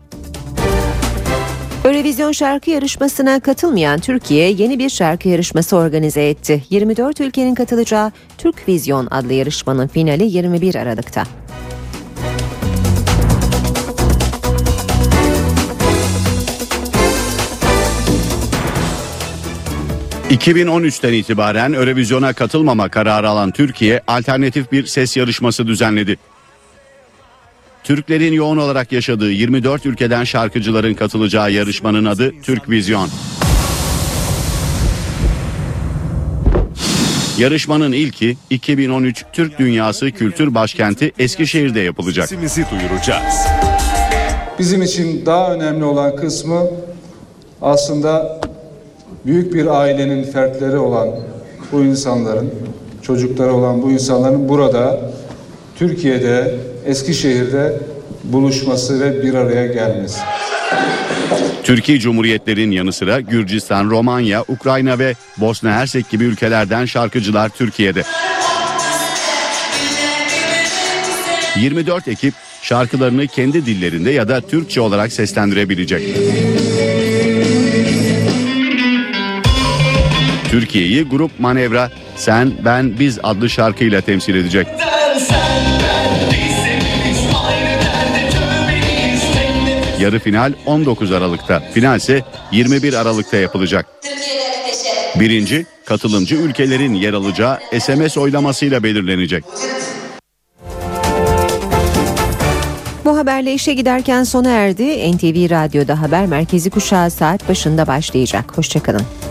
Eurovision şarkı yarışmasına katılmayan Türkiye yeni bir şarkı yarışması organize etti. yirmi dört ülkenin katılacağı Türkvizyon adlı yarışmanın finali yirmi bir Aralık'ta. iki bin on üçten itibaren Eurovision'a katılmama kararı alan Türkiye alternatif bir ses yarışması düzenledi. Türklerin yoğun olarak yaşadığı yirmi dört ülkeden şarkıcıların katılacağı yarışmanın adı Türkvizyon. Yarışmanın ilki iki bin on üç Türk Dünyası Kültür Başkenti Eskişehir'de yapılacak. Sesimizi duyuracağız. Bizim için daha önemli olan kısmı aslında büyük bir ailenin fertleri olan bu insanların, çocukları olan bu insanların burada Türkiye'de, Eskişehir'de buluşması ve bir araya gelmesi. Türkiye Cumhuriyetlerin yanı sıra Gürcistan, Romanya, Ukrayna ve Bosna Hersek gibi ülkelerden şarkıcılar Türkiye'de. yirmi dört ekip şarkılarını kendi dillerinde ya da Türkçe olarak seslendirebilecek. Türkiye'yi grup Manevra Sen, Ben, Biz adlı şarkıyla temsil edecek. Yarı final on dokuz Aralık'ta, final ise yirmi bir Aralık'ta yapılacak. Birinci, katılımcı ülkelerin yer alacağı S M S oylamasıyla belirlenecek. Bu haberle işe giderken sona erdi. N T V Radyo'da haber merkezi kuşağı saat başında başlayacak. Hoşçakalın.